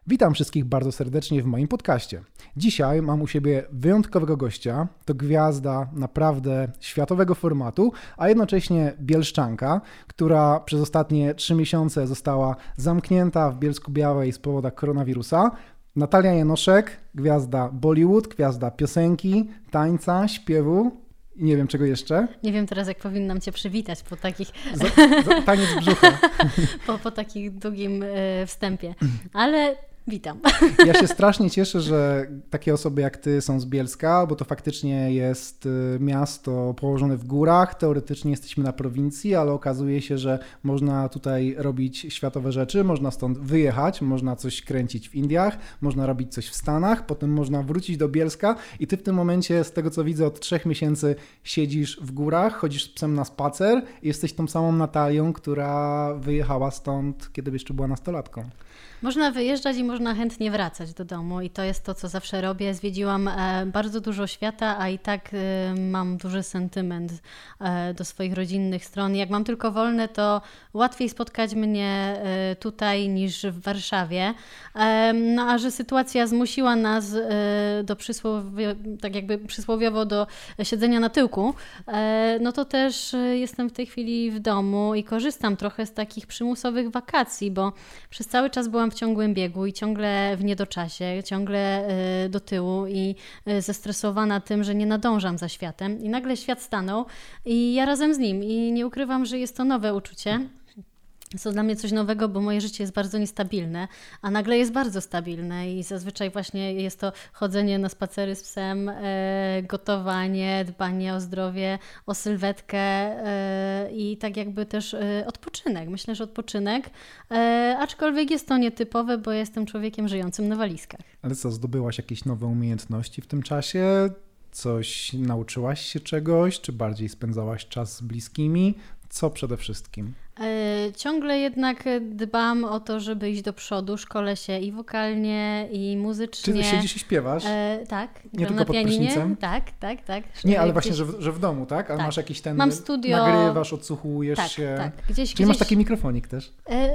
Witam wszystkich bardzo serdecznie w moim podcaście. Dzisiaj mam u siebie wyjątkowego gościa, to gwiazda naprawdę światowego formatu, a jednocześnie bielszczanka, która przez ostatnie 3 miesiące została zamknięta w Bielsku-Białej z powodu koronawirusa. Natalia Janoszek, gwiazda Bollywood, gwiazda piosenki, tańca, śpiewu i nie wiem czego jeszcze. Nie wiem teraz, jak powinnam Cię przywitać po takich... Taniec brzucha. po takich długim wstępie, ale... Witam. Ja się strasznie cieszę, że takie osoby jak ty są z Bielska, bo to faktycznie jest miasto położone w górach. Teoretycznie jesteśmy na prowincji, ale okazuje się, że można tutaj robić światowe rzeczy, można stąd wyjechać, można coś kręcić w Indiach, można robić coś w Stanach, potem można wrócić do Bielska i ty w tym momencie, z tego co widzę, od 3 miesięcy siedzisz w górach, chodzisz z psem na spacer i jesteś tą samą Natalią, która wyjechała stąd, kiedy jeszcze była nastolatką. Można wyjeżdżać i można chętnie wracać do domu i to jest to, co zawsze robię. Zwiedziłam bardzo dużo świata, a i tak mam duży sentyment do swoich rodzinnych stron. Jak mam tylko wolne, to łatwiej spotkać mnie tutaj niż w Warszawie. No a że sytuacja zmusiła nas do tak jakby przysłowiowo do siedzenia na tyłku, no to też jestem w tej chwili w domu i korzystam trochę z takich przymusowych wakacji, bo przez cały czas byłam w ciągłym biegu i ciągle w niedoczasie, ciągle do tyłu i zestresowana tym, że nie nadążam za światem. I nagle świat stanął i ja razem z nim. I nie ukrywam, że jest to nowe uczucie. Jest to dla mnie coś nowego, bo moje życie jest bardzo niestabilne, a nagle jest bardzo stabilne i zazwyczaj właśnie jest to chodzenie na spacery z psem, gotowanie, dbanie o zdrowie, o sylwetkę i tak jakby też odpoczynek. Myślę, że odpoczynek, aczkolwiek jest to nietypowe, bo jestem człowiekiem żyjącym na walizkach. Ale co, zdobyłaś jakieś nowe umiejętności w tym czasie? Coś nauczyłaś się czegoś? Czy bardziej spędzałaś czas z bliskimi? Co przede wszystkim? Ciągle jednak dbam o to, żeby iść do przodu, szkolę się i wokalnie, i muzycznie. Czy siedzisz i śpiewasz? Tak. Nie tylko pod prysznicem? Tak. Nie, ale właśnie, że w domu, tak? A tak. Masz jakiś ten... Mam studio. Nagrywasz, odsłuchujesz się. Tak. Czyli masz taki mikrofonik też?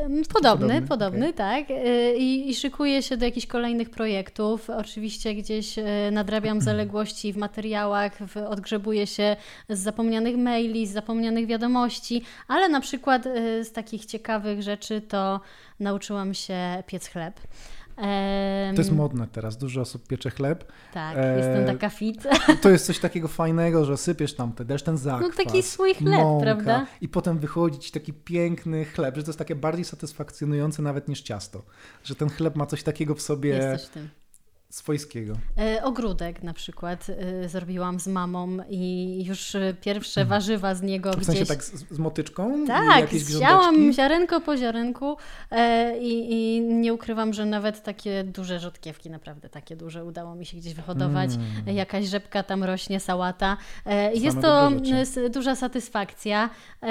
Podobny, okay. Tak. I szykuję się do jakichś kolejnych projektów. Oczywiście gdzieś nadrabiam zaległości w materiałach, odgrzebuję się z zapomnianych maili, z zapomnianych wiadomości, ale na przykład z takich ciekawych rzeczy to nauczyłam się piec chleb. To jest modne teraz, dużo osób piecze chleb. Tak, jestem taka fit. To jest coś takiego fajnego, że sypiesz tam ten zakwas, no taki swój chleb, mąka, prawda? I potem wychodzi ci taki piękny chleb, że to jest takie bardziej satysfakcjonujące nawet niż ciasto. Że ten chleb ma coś takiego w sobie... Jest coś w tym. Swojskiego. Ogródek na przykład zrobiłam z mamą i już pierwsze warzywa z niego w gdzieś... W sensie tak z motyczką? Tak, zsiałam ziarenko po ziarenku i nie ukrywam, że nawet takie duże rzodkiewki, naprawdę takie duże, udało mi się gdzieś wyhodować. Jakaś rzepka tam rośnie, sałata. Jest to duża satysfakcja.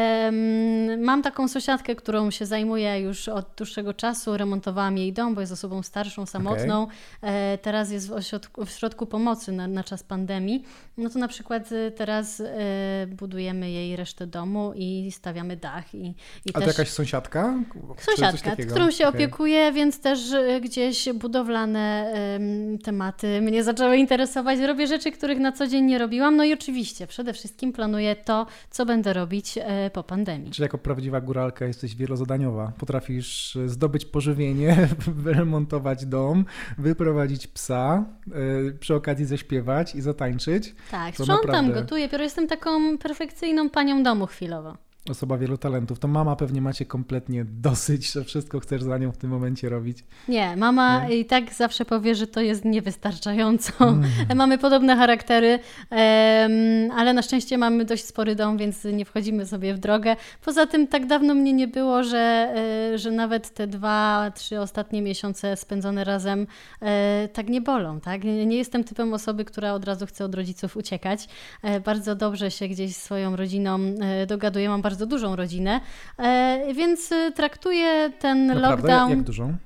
Mam taką sąsiadkę, którą się zajmuję już od dłuższego czasu. Remontowałam jej dom, bo jest osobą starszą, samotną. Okay. Teraz jest w środku pomocy na czas pandemii, no to na przykład teraz budujemy jej resztę domu i stawiamy dach. A to jakaś sąsiadka? Sąsiadka, którą się opiekuję, więc też gdzieś budowlane tematy mnie zaczęły interesować. Robię rzeczy, których na co dzień nie robiłam. No i oczywiście przede wszystkim planuję to, co będę robić po pandemii. Czyli jako prawdziwa góralka jesteś wielozadaniowa. Potrafisz zdobyć pożywienie, wyremontować dom, wyprowadzić psa, przy okazji zaśpiewać i zatańczyć. Tak, sprzątam, gotuję. Jestem taką perfekcyjną panią domu chwilowo. Osoba wielu talentów. To mama pewnie macie kompletnie dosyć, że wszystko chcesz za nią w tym momencie robić. Nie, mama i tak zawsze powie, że to jest niewystarczająco. Mamy podobne charaktery, ale na szczęście mamy dość spory dom, więc nie wchodzimy sobie w drogę. Poza tym tak dawno mnie nie było, że nawet te 2-3 ostatnie miesiące spędzone razem tak nie bolą. Tak? Nie jestem typem osoby, która od razu chce od rodziców uciekać. Bardzo dobrze się gdzieś z swoją rodziną dogaduję. Mam bardzo dużą rodzinę, więc traktuję ten Naprawdę? lockdown... Jak dużą?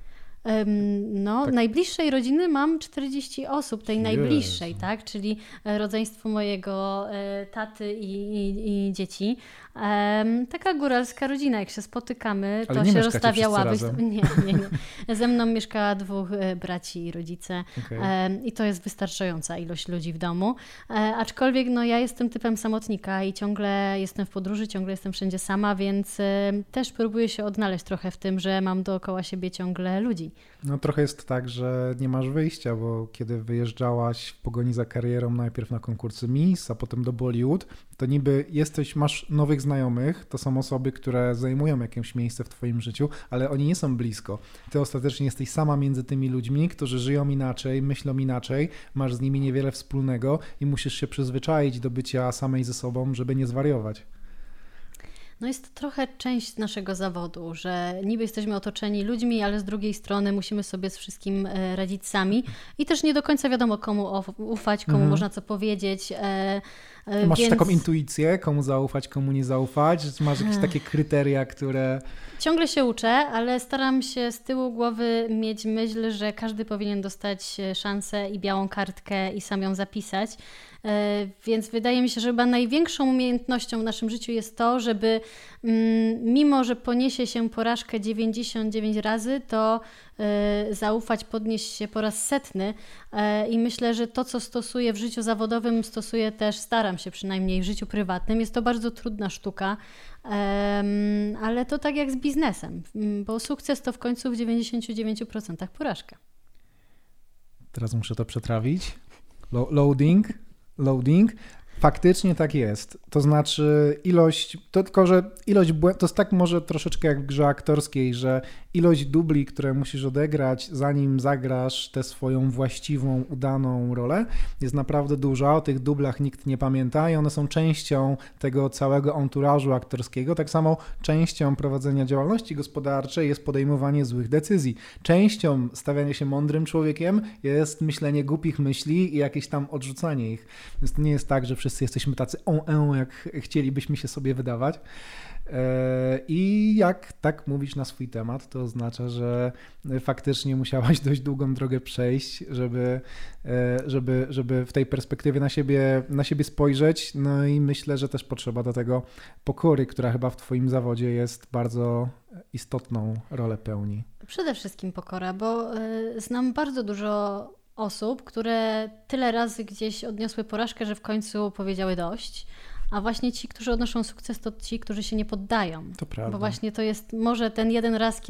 No, Tak. Najbliższej rodziny mam 40 osób, tej najbliższej, tak? Czyli rodzeństwo mojego taty i dzieci. Taka góralska rodzina, jak się spotykamy, Ale to nie się mieszkacie rozstawia wszyscy ławy. razem? Nie. Ze mną mieszka 2 braci i rodzice. Okay. I to jest wystarczająca ilość ludzi w domu. Aczkolwiek ja jestem typem samotnika i ciągle jestem w podróży, ciągle jestem wszędzie sama, więc też próbuję się odnaleźć trochę w tym, że mam dookoła siebie ciągle ludzi. No trochę jest tak, że nie masz wyjścia, bo kiedy wyjeżdżałaś w pogoni za karierą najpierw na konkursy Miss, a potem do Bollywood, to niby masz nowych znajomych, to są osoby, które zajmują jakieś miejsce w twoim życiu, ale oni nie są blisko. Ty ostatecznie jesteś sama między tymi ludźmi, którzy żyją inaczej, myślą inaczej, masz z nimi niewiele wspólnego i musisz się przyzwyczaić do bycia samej ze sobą, żeby nie zwariować. No jest to trochę część naszego zawodu, że niby jesteśmy otoczeni ludźmi, ale z drugiej strony musimy sobie z wszystkim radzić sami i też nie do końca wiadomo, komu ufać, komu można co powiedzieć. Masz więc... taką intuicję, komu zaufać, komu nie zaufać? Masz jakieś takie kryteria, które... Ciągle się uczę, ale staram się z tyłu głowy mieć myśl, że każdy powinien dostać szansę i białą kartkę i sam ją zapisać. Więc wydaje mi się, że chyba największą umiejętnością w naszym życiu jest to, żeby mimo, że poniesie się porażkę 99 razy, to zaufać, podnieść się po raz 100. I myślę, że to, co stosuję w życiu zawodowym, stosuję też, staram się przynajmniej w życiu prywatnym. Jest to bardzo trudna sztuka, ale to tak jak z biznesem, bo sukces to w końcu w 99% porażka. Teraz muszę to przetrawić. Loading. Faktycznie tak jest. To znaczy to jest tak może troszeczkę jak w grze aktorskiej, że ilość dubli, które musisz odegrać, zanim zagrasz tę swoją właściwą, udaną rolę, jest naprawdę duża. O tych dublach nikt nie pamięta i one są częścią tego całego anturażu aktorskiego. Tak samo częścią prowadzenia działalności gospodarczej jest podejmowanie złych decyzji. Częścią stawiania się mądrym człowiekiem jest myślenie głupich myśli i jakieś tam odrzucanie ich. Więc to nie jest tak, że wszyscy jesteśmy tacy jak chcielibyśmy się sobie wydawać. I jak tak mówisz na swój temat, to oznacza, że faktycznie musiałaś dość długą drogę przejść, żeby w tej perspektywie na siebie spojrzeć. No i myślę, że też potrzeba do tego pokory, która chyba w twoim zawodzie jest bardzo istotną rolę pełni. Przede wszystkim pokora, bo znam bardzo dużo osób, które tyle razy gdzieś odniosły porażkę, że w końcu powiedziały dość. A właśnie ci, którzy odnoszą sukces, to ci, którzy się nie poddają. To prawda. Bo właśnie to jest może ten jeden raz,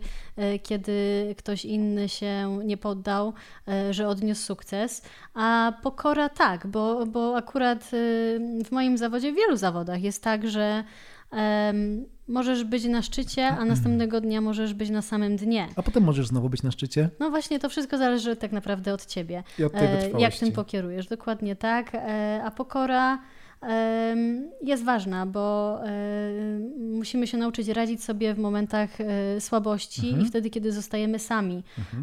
kiedy ktoś inny się nie poddał, że odniósł sukces. A pokora tak, bo akurat w moim zawodzie, w wielu zawodach jest tak, że możesz być na szczycie, a następnego dnia możesz być na samym dnie. A potem możesz znowu być na szczycie? No właśnie, to wszystko zależy tak naprawdę od ciebie. I od tej wytrwałości. Jak tym pokierujesz, dokładnie tak. A pokora jest ważna, bo musimy się nauczyć radzić sobie w momentach słabości i wtedy, kiedy zostajemy sami.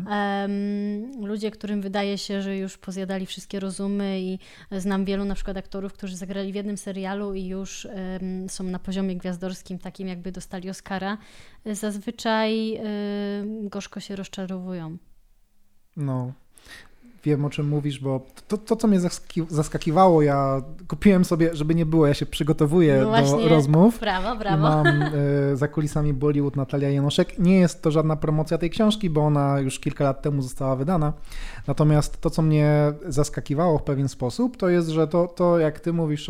Ludzie, którym wydaje się, że już pozjadali wszystkie rozumy i znam wielu na przykład aktorów, którzy zagrali w jednym serialu i już są na poziomie gwiazdorskim, takim jakby dostali Oscara, zazwyczaj gorzko się rozczarowują. No. Wiem, o czym mówisz, bo to co mnie zaskakiwało, ja kupiłem sobie, żeby nie było, ja się przygotowuję do rozmów. Brawo. Mam za kulisami Bollywood Natalia Janoszek. Nie jest to żadna promocja tej książki, bo ona już kilka lat temu została wydana. Natomiast to, co mnie zaskakiwało w pewien sposób, to jest, że to jak ty mówisz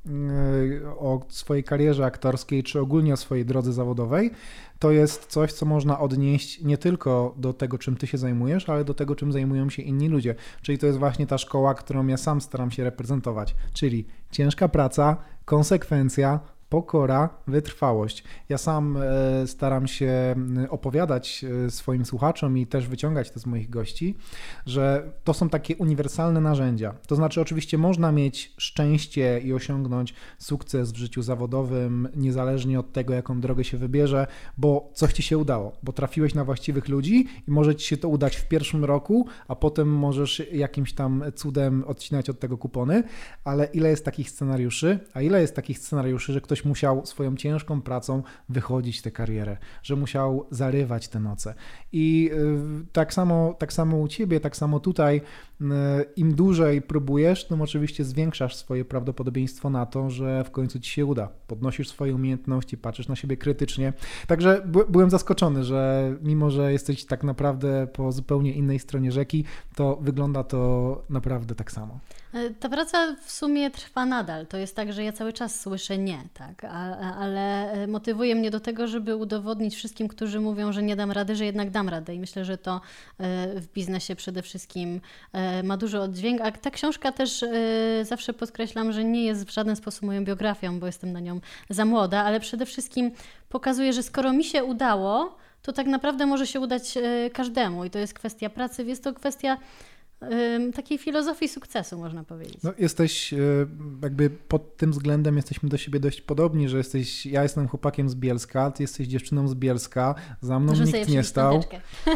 o swojej karierze aktorskiej, czy ogólnie o swojej drodze zawodowej, to jest coś, co można odnieść nie tylko do tego, czym ty się zajmujesz, ale do tego, czym zajmują się inni ludzie. Czyli to jest właśnie ta szkoła, którą ja sam staram się reprezentować. Czyli ciężka praca, konsekwencja, pokora, wytrwałość. Ja sam staram się opowiadać swoim słuchaczom i też wyciągać to z moich gości, że to są takie uniwersalne narzędzia. To znaczy oczywiście można mieć szczęście i osiągnąć sukces w życiu zawodowym, niezależnie od tego, jaką drogę się wybierze, bo coś ci się udało, bo trafiłeś na właściwych ludzi i może ci się to udać w pierwszym roku, a potem możesz jakimś tam cudem odcinać od tego kupony, ale ile jest takich scenariuszy, że ktoś ktoś musiał swoją ciężką pracą wychodzić tę karierę, że musiał zarywać te noce. I tak samo u ciebie, tak samo tutaj, im dłużej próbujesz, tym oczywiście zwiększasz swoje prawdopodobieństwo na to, że w końcu ci się uda. Podnosisz swoje umiejętności, patrzysz na siebie krytycznie. Także byłem zaskoczony, że mimo, że jesteś tak naprawdę po zupełnie innej stronie rzeki, to wygląda to naprawdę tak samo. Ta praca w sumie trwa nadal. To jest tak, że ja cały czas słyszę nie, tak? Ale motywuje mnie do tego, żeby udowodnić wszystkim, którzy mówią, że nie dam rady, że jednak dam radę. I myślę, że to w biznesie przede wszystkim ma duży oddźwięk. A ta książka też zawsze podkreślam, że nie jest w żaden sposób moją biografią, bo jestem na nią za młoda, ale przede wszystkim pokazuje, że skoro mi się udało, to tak naprawdę może się udać każdemu. I to jest kwestia pracy, jest to kwestia takiej filozofii sukcesu, można powiedzieć. No jesteś jakby pod tym względem jesteśmy do siebie dość podobni, że ja jestem chłopakiem z Bielska, ty jesteś dziewczyną z Bielska, za mną nikt nie stał.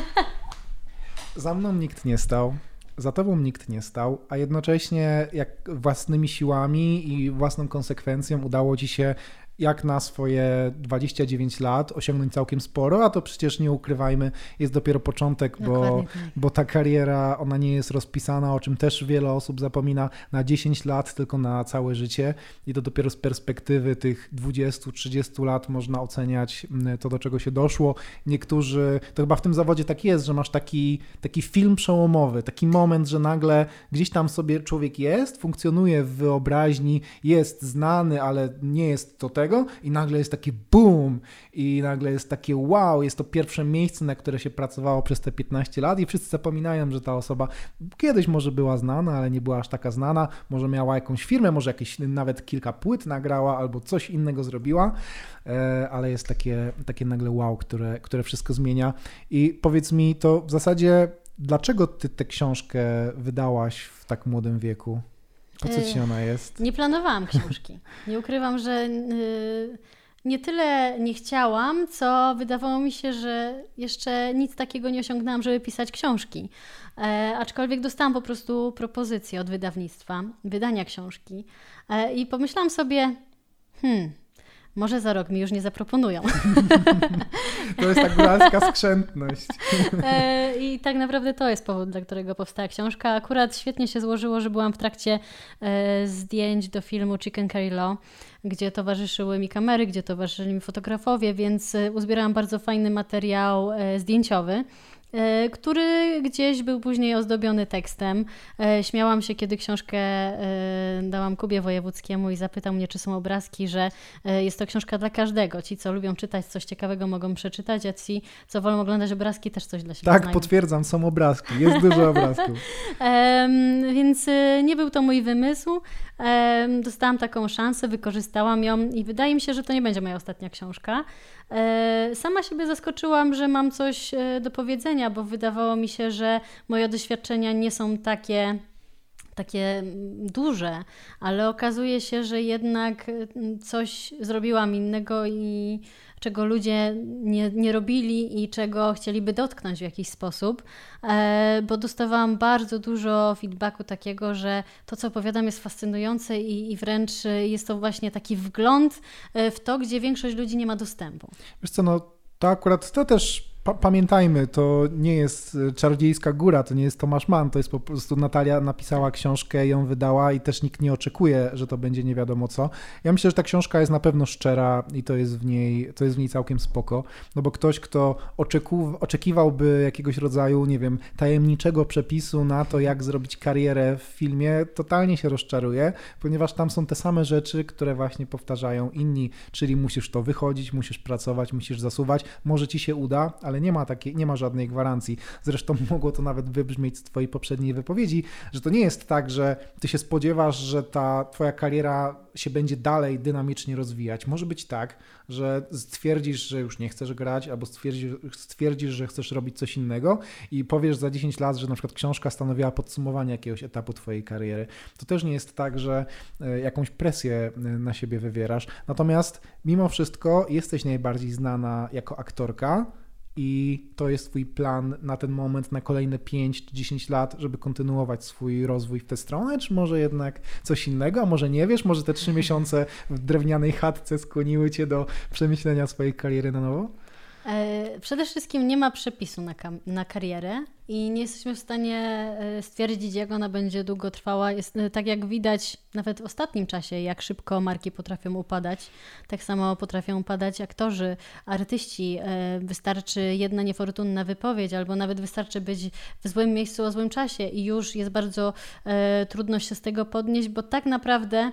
Za mną nikt nie stał, za tobą nikt nie stał, a jednocześnie jak własnymi siłami i własną konsekwencją udało ci się jak na swoje 29 lat osiągnąć całkiem sporo, a to przecież nie ukrywajmy, jest dopiero początek, bo ta kariera, ona nie jest rozpisana, o czym też wiele osób zapomina, na 10 lat, tylko na całe życie i to dopiero z perspektywy tych 20-30 lat można oceniać to, do czego się doszło. Niektórzy, to chyba w tym zawodzie tak jest, że masz taki film przełomowy, taki moment, że nagle gdzieś tam sobie człowiek jest, funkcjonuje w wyobraźni, jest znany, ale nie jest to tego i nagle jest taki boom i nagle jest takie wow, jest to pierwsze miejsce, na które się pracowało przez te 15 lat i wszyscy zapominają, że ta osoba kiedyś może była znana, ale nie była aż taka znana, może miała jakąś firmę, może jakieś nawet kilka płyt nagrała albo coś innego zrobiła, ale jest takie nagle wow, które wszystko zmienia. I powiedz mi to w zasadzie, dlaczego ty tę książkę wydałaś w tak młodym wieku? Po co ci ona jest? Nie planowałam książki. Nie ukrywam, że nie tyle nie chciałam, co wydawało mi się, że jeszcze nic takiego nie osiągnęłam, żeby pisać książki. Aczkolwiek dostałam po prostu propozycję od wydawnictwa wydania książki i pomyślałam sobie, może za rok mi już nie zaproponują. To jest tak góralska skrzętność. I tak naprawdę to jest powód, dla którego powstała książka. Akurat świetnie się złożyło, że byłam w trakcie zdjęć do filmu Chicken Curry Law, gdzie towarzyszyły mi kamery, gdzie towarzyszyli mi fotografowie, więc uzbierałam bardzo fajny materiał zdjęciowy, który gdzieś był później ozdobiony tekstem. Śmiałam się, kiedy książkę dałam Kubie Wojewódzkiemu i zapytał mnie, czy są obrazki, że jest to książka dla każdego. Ci, co lubią czytać coś ciekawego, mogą przeczytać, a ci, co wolą oglądać obrazki, też coś dla siebie Tak, znajdą. potwierdzam, są obrazki. Jest dużo obrazków. Więc nie był to mój wymysł. Dostałam taką szansę, wykorzystałam ją i wydaje mi się, że to nie będzie moja ostatnia książka. Sama siebie zaskoczyłam, że mam coś do powiedzenia, bo wydawało mi się, że moje doświadczenia nie są takie duże, ale okazuje się, że jednak coś zrobiłam innego i czego ludzie nie robili i czego chcieliby dotknąć w jakiś sposób, bo dostawałam bardzo dużo feedbacku takiego, że to, co opowiadam, jest fascynujące i wręcz jest to właśnie taki wgląd w to, gdzie większość ludzi nie ma dostępu. Wiesz co, no to akurat to też pamiętajmy, to nie jest Czarodziejska Góra, to nie jest Tomasz Mann, to jest po prostu Natalia napisała książkę, ją wydała i też nikt nie oczekuje, że to będzie nie wiadomo co. Ja myślę, że ta książka jest na pewno szczera i to jest w niej całkiem spoko, no bo ktoś, kto oczekiwałby jakiegoś rodzaju, nie wiem, tajemniczego przepisu na to, jak zrobić karierę w filmie, totalnie się rozczaruje, ponieważ tam są te same rzeczy, które właśnie powtarzają inni, czyli musisz to wychodzić, musisz pracować, musisz zasuwać, może ci się uda, ale nie ma żadnej gwarancji. Zresztą mogło to nawet wybrzmieć z twojej poprzedniej wypowiedzi, że to nie jest tak, że ty się spodziewasz, że ta twoja kariera się będzie dalej dynamicznie rozwijać. Może być tak, że stwierdzisz, że już nie chcesz grać, albo stwierdzisz, że chcesz robić coś innego i powiesz za 10 lat, że na przykład książka stanowiła podsumowanie jakiegoś etapu twojej kariery. To też nie jest tak, że jakąś presję na siebie wywierasz. Natomiast mimo wszystko jesteś najbardziej znana jako aktorka i to jest twój plan na ten moment, na kolejne 5 czy 10 lat, żeby kontynuować swój rozwój w tę stronę, czy może jednak coś innego, a może nie wiesz, może te 3 miesiące w drewnianej chatce skłoniły cię do przemyślenia swojej kariery na nowo? Przede wszystkim nie ma przepisu na karierę i nie jesteśmy w stanie stwierdzić, jak ona będzie długo trwała. Jest, tak jak widać nawet w ostatnim czasie, jak szybko marki potrafią upadać, tak samo potrafią upadać aktorzy, artyści. Wystarczy jedna niefortunna wypowiedź albo nawet wystarczy być w złym miejscu o złym czasie i już jest bardzo trudno się z tego podnieść, bo tak naprawdę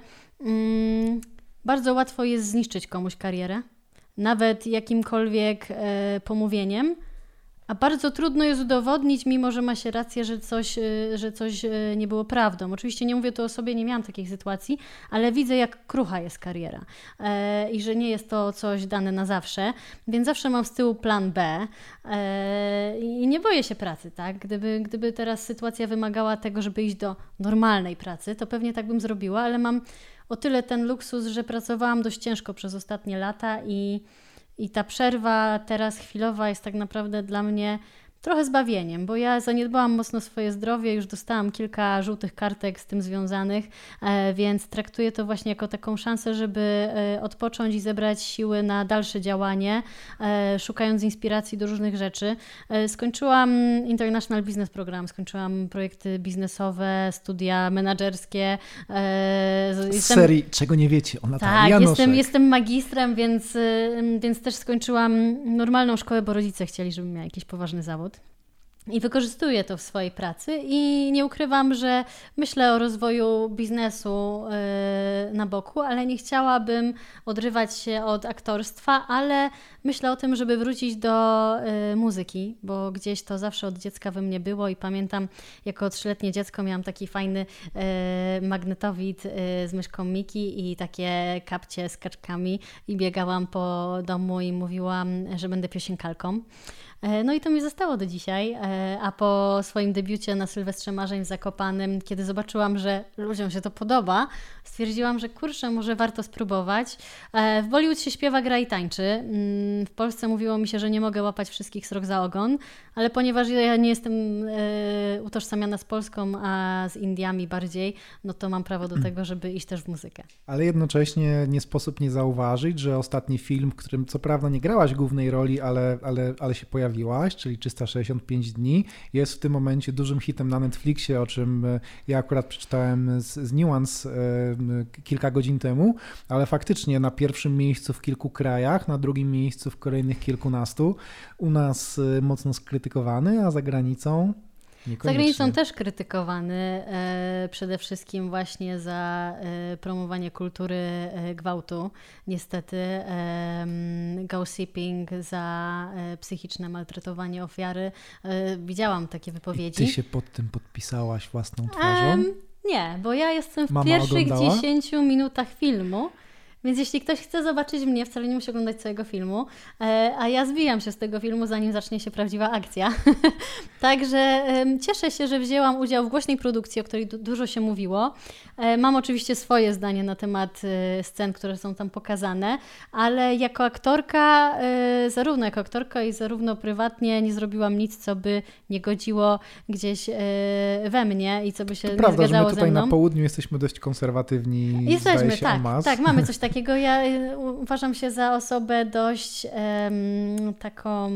bardzo łatwo jest zniszczyć komuś karierę. Nawet jakimkolwiek pomówieniem, a bardzo trudno jest udowodnić, mimo że ma się rację, że coś nie było prawdą. Oczywiście nie mówię tu o sobie, nie miałam takiej sytuacji, ale widzę, jak krucha jest kariera i że nie jest to coś dane na zawsze, więc zawsze mam z tyłu plan B i nie boję się pracy, tak? Gdyby teraz sytuacja wymagała tego, żeby iść do normalnej pracy, to pewnie tak bym zrobiła, ale mam o tyle ten luksus, że pracowałam dość ciężko przez ostatnie lata i ta przerwa teraz chwilowa jest tak naprawdę dla mnie trochę zbawieniem, bo ja zaniedbałam mocno swoje zdrowie, już dostałam kilka żółtych kartek z tym związanych, więc traktuję to właśnie jako taką szansę, żeby odpocząć i zebrać siły na dalsze działanie, szukając inspiracji do różnych rzeczy. Skończyłam International Business Program, skończyłam projekty biznesowe, studia menadżerskie. Z serii Czego nie wiecie o Natalii Tak, Janoszek. jestem magistrem, więc też skończyłam normalną szkołę, bo rodzice chcieli, żebym miała jakiś poważny zawód. I wykorzystuję to w swojej pracy i nie ukrywam, że myślę o rozwoju biznesu na boku, ale nie chciałabym odrywać się od aktorstwa, ale myślę o tym, żeby wrócić do muzyki, bo gdzieś to zawsze od dziecka we mnie było i pamiętam, jako 3-letnie dziecko miałam taki fajny magnetowid z myszką Miki i takie kapcie z kaczkami i biegałam po domu i mówiłam, że będę piosenkalką. No i to mi zostało do dzisiaj, a po swoim debiucie na Sylwestrze Marzeń w Zakopanem, kiedy zobaczyłam, że ludziom się to podoba, stwierdziłam, że kurczę, może warto spróbować. W Bollywood się śpiewa, gra i tańczy. W Polsce mówiło mi się, że nie mogę łapać wszystkich srok za ogon, ale ponieważ ja nie jestem utożsamiana z Polską, a z Indiami bardziej, no to mam prawo do tego, żeby iść też w muzykę. Ale jednocześnie nie sposób nie zauważyć, że ostatni film, w którym co prawda nie grałaś głównej roli, ale się pojawiłaś, czyli 365 dni, jest w tym momencie dużym hitem na Netflixie, o czym ja akurat przeczytałem z Nuance kilka godzin temu, ale faktycznie na pierwszym miejscu w kilku krajach, na drugim miejscu w kolejnych kilkunastu, u nas mocno skrytykowany, a za granicą niekoniecznie. Za granicą też krytykowany, przede wszystkim właśnie za promowanie kultury gwałtu. Niestety gossiping, za psychiczne maltretowanie ofiary. Widziałam takie wypowiedzi. I ty się pod tym podpisałaś własną twarzą? Nie, bo ja jestem w Mama pierwszych oglądała? 10 minutach filmu. Więc jeśli ktoś chce zobaczyć mnie, wcale nie musi oglądać całego filmu, a ja zbijam się z tego filmu, zanim zacznie się prawdziwa akcja. Także cieszę się, że wzięłam udział w głośnej produkcji, o której dużo się mówiło. Mam oczywiście swoje zdanie na temat scen, które są tam pokazane, ale jako aktorka, zarówno jako aktorka i zarówno prywatnie nie zrobiłam nic, co by nie godziło gdzieś we mnie i co by się nie Prawda, że my zgadzało ze tutaj mną. na południu jesteśmy dość konserwatywni. Jesteśmy, tak. Tak, mamy coś takiego. Ja uważam się za osobę dość taką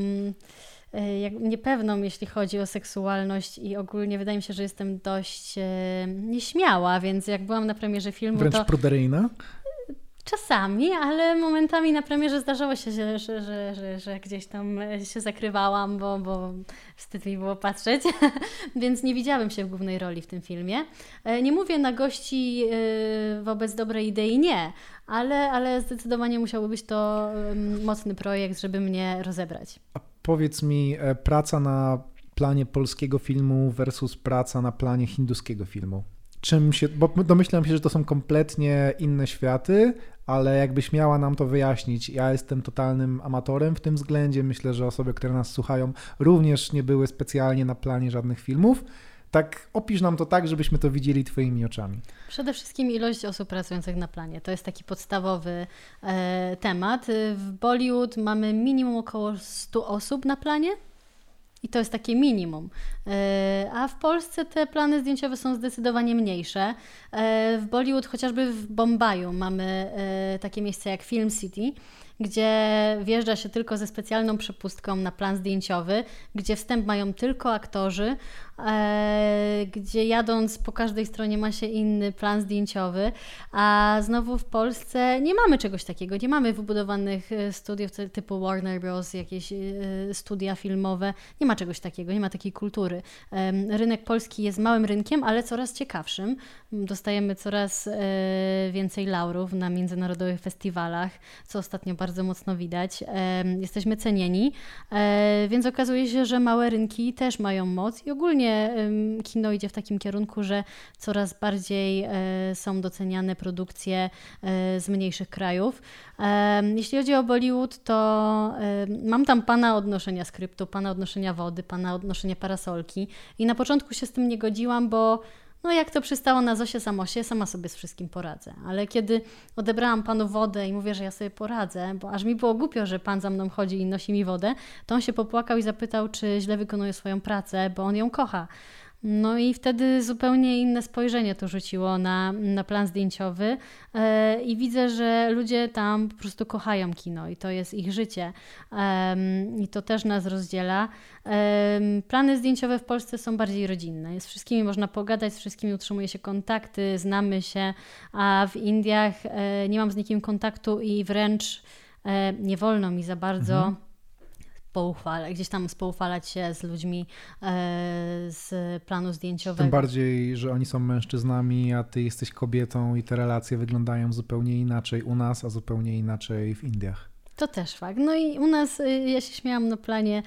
niepewną, jeśli chodzi o seksualność i ogólnie wydaje mi się, że jestem dość nieśmiała, więc jak byłam na premierze filmu, Wręcz to pruderyjna? czasami, ale momentami na premierze zdarzało się, że gdzieś tam się zakrywałam, bo wstyd mi było patrzeć, więc nie widziałam się w głównej roli w tym filmie. Nie mówię na gości wobec dobrej idei, nie, ale zdecydowanie musiałby być to mocny projekt, żeby mnie rozebrać. A powiedz mi, praca na planie polskiego filmu versus praca na planie hinduskiego filmu. Bo domyślam się, że to są kompletnie inne światy, ale jakbyś miała nam to wyjaśnić, ja jestem totalnym amatorem w tym względzie, myślę, że osoby, które nas słuchają, również nie były specjalnie na planie żadnych filmów. Tak opisz nam to tak, żebyśmy to widzieli twoimi oczami. Przede wszystkim ilość osób pracujących na planie. To jest taki podstawowy temat. W Bollywood mamy minimum około 100 osób na planie. I to jest takie minimum. A w Polsce te plany zdjęciowe są zdecydowanie mniejsze. W Bollywood, chociażby w Bombaju, mamy takie miejsce jak Film City, gdzie wjeżdża się tylko ze specjalną przepustką na plan zdjęciowy, gdzie wstęp mają tylko aktorzy, gdzie jadąc po każdej stronie ma się inny plan zdjęciowy, a znowu w Polsce nie mamy czegoś takiego, nie mamy wybudowanych studiów typu Warner Bros., jakieś studia filmowe, nie ma czegoś takiego, nie ma takiej kultury. Rynek polski jest małym rynkiem, ale coraz ciekawszym. Dostajemy coraz więcej laurów na międzynarodowych festiwalach, co ostatnio bardzo mocno widać. Jesteśmy cenieni, więc okazuje się, że małe rynki też mają moc i ogólnie kino idzie w takim kierunku, że coraz bardziej są doceniane produkcje z mniejszych krajów. Jeśli chodzi o Bollywood, to mam tam pana odnoszenia skryptu, pana odnoszenia wody, pana odnoszenia parasolki i na początku się z tym nie godziłam, bo no jak to przystało na Zosię Samosie, sama sobie z wszystkim poradzę. Ale kiedy odebrałam panu wodę i mówię, że ja sobie poradzę, bo aż mi było głupio, że pan za mną chodzi i nosi mi wodę, to on się popłakał i zapytał, czy źle wykonuję swoją pracę, bo on ją kocha. No i wtedy zupełnie inne spojrzenie to rzuciło na plan zdjęciowy i widzę, że ludzie tam po prostu kochają kino i to jest ich życie i to też nas rozdziela. Plany zdjęciowe w Polsce są bardziej rodzinne. Z wszystkimi można pogadać, z wszystkimi utrzymuje się kontakty, znamy się, a w Indiach nie mam z nikim kontaktu i wręcz nie wolno mi za bardzo gdzieś tam spoufalać się z ludźmi z planu zdjęciowego. Tym bardziej, że oni są mężczyznami, a ty jesteś kobietą i te relacje wyglądają zupełnie inaczej u nas, a zupełnie inaczej w Indiach. To też fakt. No i u nas, ja się śmiałam na planie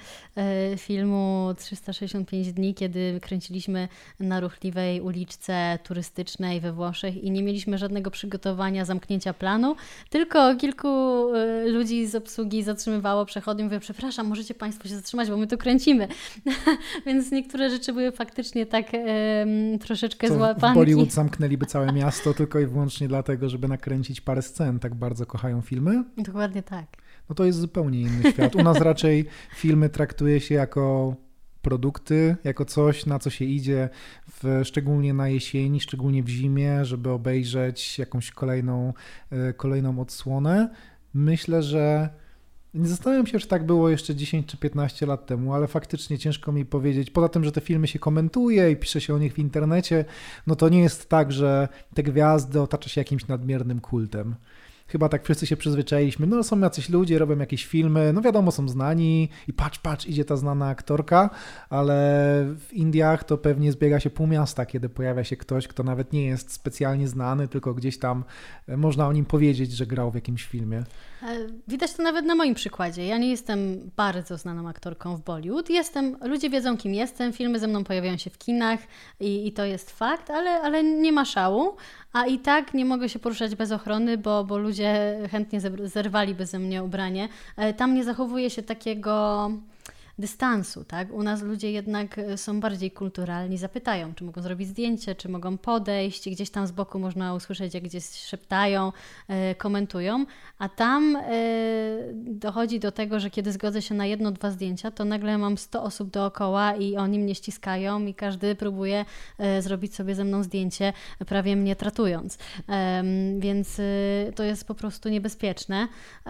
filmu 365 dni, kiedy kręciliśmy na ruchliwej uliczce turystycznej we Włoszech i nie mieliśmy żadnego przygotowania, zamknięcia planu, tylko kilku ludzi z obsługi zatrzymywało przechodniów. Mówię, przepraszam, możecie Państwo się zatrzymać, bo my tu kręcimy. Więc niektóre rzeczy były faktycznie tak troszeczkę złapanki. W Bollywood zamknęliby całe miasto tylko i wyłącznie dlatego, żeby nakręcić parę scen. Tak bardzo kochają filmy? Dokładnie tak. No to jest zupełnie inny świat. U nas raczej filmy traktuje się jako produkty, jako coś, na co się idzie, szczególnie na jesieni, szczególnie w zimie, żeby obejrzeć jakąś kolejną odsłonę. Myślę, że nie zastanawiam się, czy tak było jeszcze 10 czy 15 lat temu, ale faktycznie ciężko mi powiedzieć. Poza tym, że te filmy się komentuje i pisze się o nich w internecie, no to nie jest tak, że te gwiazdy otacza się jakimś nadmiernym kultem. Chyba tak wszyscy się przyzwyczailiśmy, no są jacyś ludzie, robią jakieś filmy, no wiadomo, są znani i patrz, idzie ta znana aktorka, ale w Indiach to pewnie zbiega się pół miasta, kiedy pojawia się ktoś, kto nawet nie jest specjalnie znany, tylko gdzieś tam można o nim powiedzieć, że grał w jakimś filmie. Widać to nawet na moim przykładzie. Ja nie jestem bardzo znaną aktorką w Bollywood. Ludzie wiedzą, kim jestem, filmy ze mną pojawiają się w kinach i to jest fakt, ale nie ma szału, a i tak nie mogę się poruszać bez ochrony, bo ludzie chętnie zerwaliby ze mnie ubranie. Tam nie zachowuje się takiego dystansu, tak? U nas ludzie jednak są bardziej kulturalni, zapytają, czy mogą zrobić zdjęcie, czy mogą podejść, gdzieś tam z boku można usłyszeć, jak gdzieś szeptają, komentują, a tam dochodzi do tego, że kiedy zgodzę się na 1-2 zdjęcia, to nagle mam 100 osób dookoła i oni mnie ściskają i każdy próbuje zrobić sobie ze mną zdjęcie, prawie mnie tratując. Więc to jest po prostu niebezpieczne.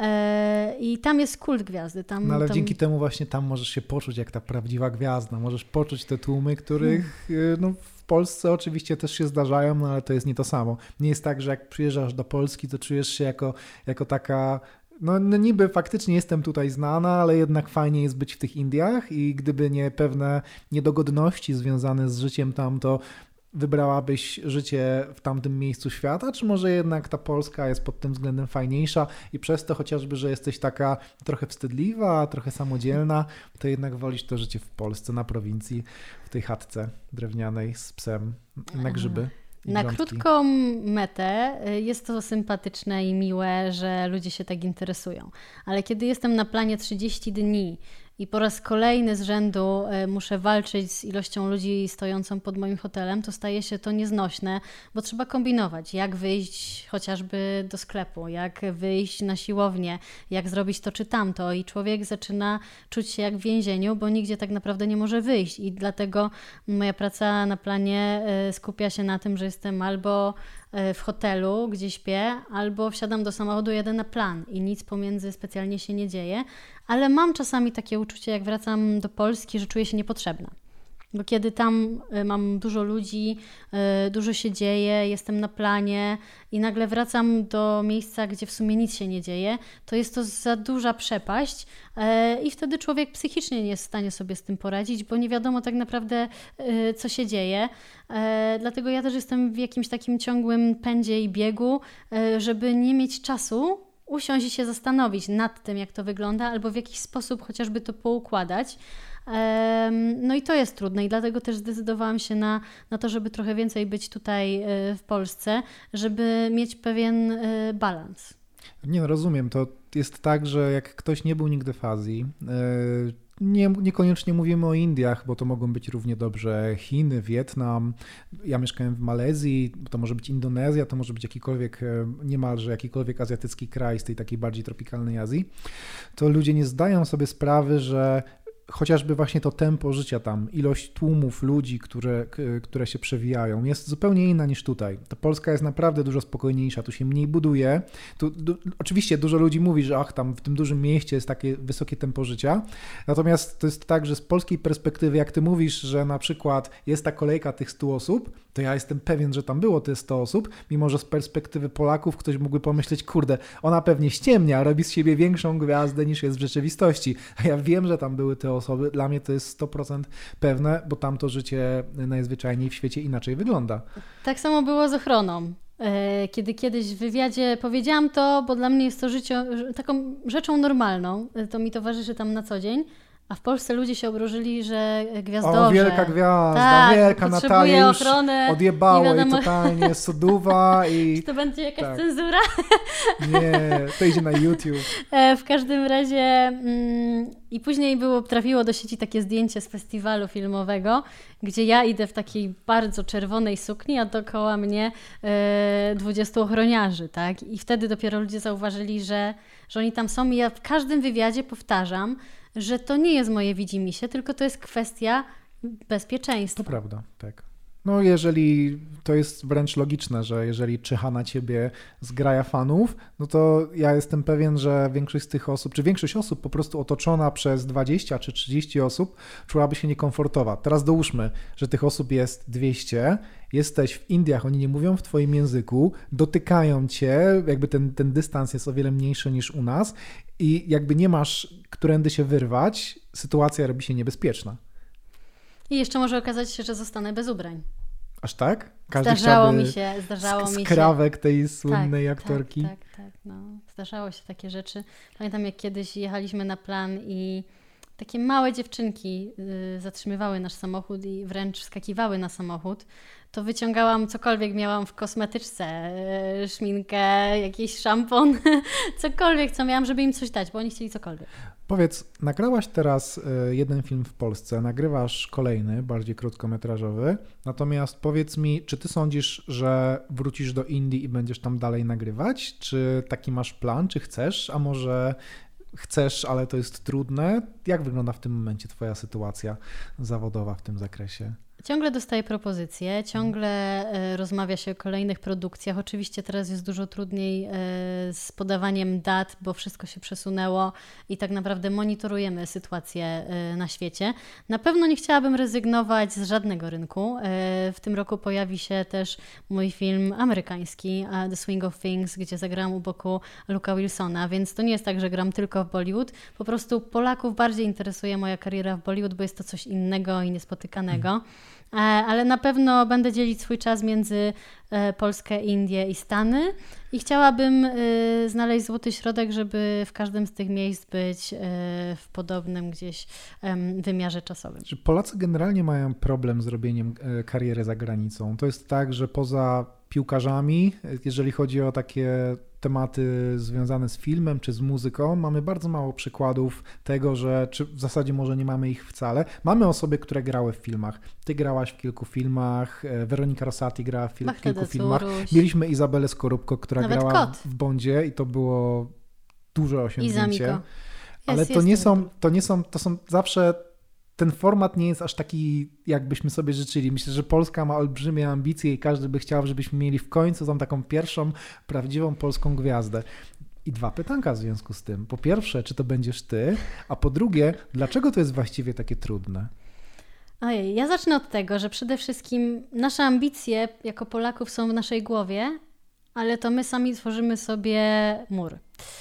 I tam jest kult gwiazdy. No ale dzięki temu właśnie tam możesz się poczuć jak ta prawdziwa gwiazda. Możesz poczuć te tłumy, których no, w Polsce oczywiście też się zdarzają, no ale to jest nie to samo. Nie jest tak, że jak przyjeżdżasz do Polski, to czujesz się jako taka... No niby faktycznie jestem tutaj znana, ale jednak fajnie jest być w tych Indiach i gdyby nie pewne niedogodności związane z życiem tam, to wybrałabyś życie w tamtym miejscu świata, czy może jednak ta Polska jest pod tym względem fajniejsza i przez to chociażby, że jesteś taka trochę wstydliwa, trochę samodzielna, to jednak wolisz to życie w Polsce, na prowincji, w tej chatce drewnianej z psem na grzyby? Na krótką metę jest to sympatyczne i miłe, że ludzie się tak interesują, ale kiedy jestem na planie 30 dni i po raz kolejny z rzędu muszę walczyć z ilością ludzi stojącą pod moim hotelem, to staje się to nieznośne, bo trzeba kombinować, jak wyjść chociażby do sklepu, jak wyjść na siłownię, jak zrobić to czy tamto i człowiek zaczyna czuć się jak w więzieniu, bo nigdzie tak naprawdę nie może wyjść i dlatego moja praca na planie skupia się na tym, że jestem albo w hotelu, gdzie śpię, albo wsiadam do samochodu, jadę na plan i nic pomiędzy specjalnie się nie dzieje, ale mam czasami takie uczucie, jak wracam do Polski, że czuję się niepotrzebna. Bo kiedy tam mam dużo ludzi, dużo się dzieje, jestem na planie i nagle wracam do miejsca, gdzie w sumie nic się nie dzieje, to jest to za duża przepaść i wtedy człowiek psychicznie nie jest w stanie sobie z tym poradzić, bo nie wiadomo tak naprawdę, co się dzieje. Dlatego ja też jestem w jakimś takim ciągłym pędzie i biegu, żeby nie mieć czasu usiąść i się zastanowić nad tym, jak to wygląda, albo w jakiś sposób chociażby to poukładać. No i to jest trudne i dlatego też zdecydowałam się na to, żeby trochę więcej być tutaj w Polsce, żeby mieć pewien balans. Nie, no rozumiem. To jest tak, że jak ktoś nie był nigdy w Azji, niekoniecznie mówimy o Indiach, bo to mogą być równie dobrze Chiny, Wietnam. Ja mieszkałem w Malezji, to może być Indonezja, to może być niemalże jakikolwiek azjatycki kraj z tej takiej bardziej tropikalnej Azji. To ludzie nie zdają sobie sprawy, że chociażby właśnie to tempo życia tam, ilość tłumów ludzi, które się przewijają, jest zupełnie inna niż tutaj. Ta Polska jest naprawdę dużo spokojniejsza, tu się mniej buduje. Oczywiście dużo ludzi mówi, że tam w tym dużym mieście jest takie wysokie tempo życia, natomiast to jest tak, że z polskiej perspektywy, jak ty mówisz, że na przykład jest ta kolejka tych 100 osób, to ja jestem pewien, że tam było te 100 osób, mimo że z perspektywy Polaków ktoś mógłby pomyśleć, kurde, ona pewnie ściemnia, robi z siebie większą gwiazdę niż jest w rzeczywistości, a ja wiem, że tam były te osoby, dla mnie to jest 100% pewne, bo tam to życie najzwyczajniej w świecie inaczej wygląda. Tak samo było z ochroną. Kiedy kiedyś w wywiadzie powiedziałam to, bo dla mnie jest to życie taką rzeczą normalną, to mi towarzyszy tam na co dzień, a w Polsce ludzie się obróżyli, że gwiazdorze. O, wielka gwiazda, tak, wielka Natalia już odjebało i wiadomo, totalnie suduwa i... Czy to będzie jakaś cenzura? Nie, to idzie na YouTube. W każdym razie i później trafiło do sieci takie zdjęcie z festiwalu filmowego, gdzie ja idę w takiej bardzo czerwonej sukni, a dookoła mnie 20 ochroniarzy, tak? I wtedy dopiero ludzie zauważyli, że oni tam są i ja w każdym wywiadzie powtarzam, że to nie jest moje widzimisię, tylko to jest kwestia bezpieczeństwa. To prawda, tak. No jeżeli to jest wręcz logiczne, że jeżeli czyha na ciebie zgraja fanów, no to ja jestem pewien, że większość z tych osób, czy większość osób po prostu otoczona przez 20 czy 30 osób czułaby się niekomfortowa. Teraz dołóżmy, że tych osób jest 200, jesteś w Indiach, oni nie mówią w twoim języku, dotykają cię, jakby ten dystans jest o wiele mniejszy niż u nas i jakby nie masz którędy się wyrwać, sytuacja robi się niebezpieczna. I jeszcze może okazać się, że zostanę bez ubrań. Aż tak? Zdarzało mi się. Skrawek tej słynnej aktorki. Tak. No. Zdarzało się takie rzeczy. Pamiętam, jak kiedyś jechaliśmy na plan i takie małe dziewczynki zatrzymywały nasz samochód i wręcz wskakiwały na samochód. To wyciągałam cokolwiek miałam w kosmetyczce, szminkę, jakiś szampon, cokolwiek, co miałam, żeby im coś dać, bo oni chcieli cokolwiek. Powiedz, nagrałaś teraz jeden film w Polsce, nagrywasz kolejny, bardziej krótkometrażowy, natomiast powiedz mi, czy ty sądzisz, że wrócisz do Indii i będziesz tam dalej nagrywać? Czy taki masz plan, czy chcesz, a może chcesz, ale to jest trudne? Jak wygląda w tym momencie twoja sytuacja zawodowa w tym zakresie? Ciągle dostaję propozycje, ciągle rozmawia się o kolejnych produkcjach. Oczywiście teraz jest dużo trudniej z podawaniem dat, bo wszystko się przesunęło i tak naprawdę monitorujemy sytuację na świecie. Na pewno nie chciałabym rezygnować z żadnego rynku. W tym roku pojawi się też mój film amerykański The Swing of Things, gdzie zagrałam u boku Luke'a Wilsona, więc to nie jest tak, że gram tylko w Bollywood. Po prostu Polaków bardziej interesuje moja kariera w Bollywood, bo jest to coś innego i niespotykanego. Ale na pewno będę dzielić swój czas między Polskę, Indię i Stany i chciałabym znaleźć złoty środek, żeby w każdym z tych miejsc być w podobnym gdzieś wymiarze czasowym. Czy Polacy generalnie mają problem z robieniem kariery za granicą? To jest tak, że poza piłkarzami, jeżeli chodzi o takie tematy związane z filmem czy z muzyką, mamy bardzo mało przykładów tego, że, czy w zasadzie może nie mamy ich wcale. Mamy osoby, które grały w filmach. Ty grałaś w kilku filmach, Weronika Rosati grała w kilku filmach. Mieliśmy Izabelę Skorupko, która nawet grała Kot. w Bondzie i to było duże osiągnięcie. Ale to są zawsze, ten format nie jest aż taki, jakbyśmy sobie życzyli. Myślę, że Polska ma olbrzymie ambicje i każdy by chciał, żebyśmy mieli w końcu tą taką pierwszą, prawdziwą polską gwiazdę. I 2 pytanka w związku z tym. Po pierwsze, czy to będziesz ty? A po drugie, dlaczego to jest właściwie takie trudne? Ojej, ja zacznę od tego, że przede wszystkim nasze ambicje jako Polaków są w naszej głowie, ale to my sami tworzymy sobie mur.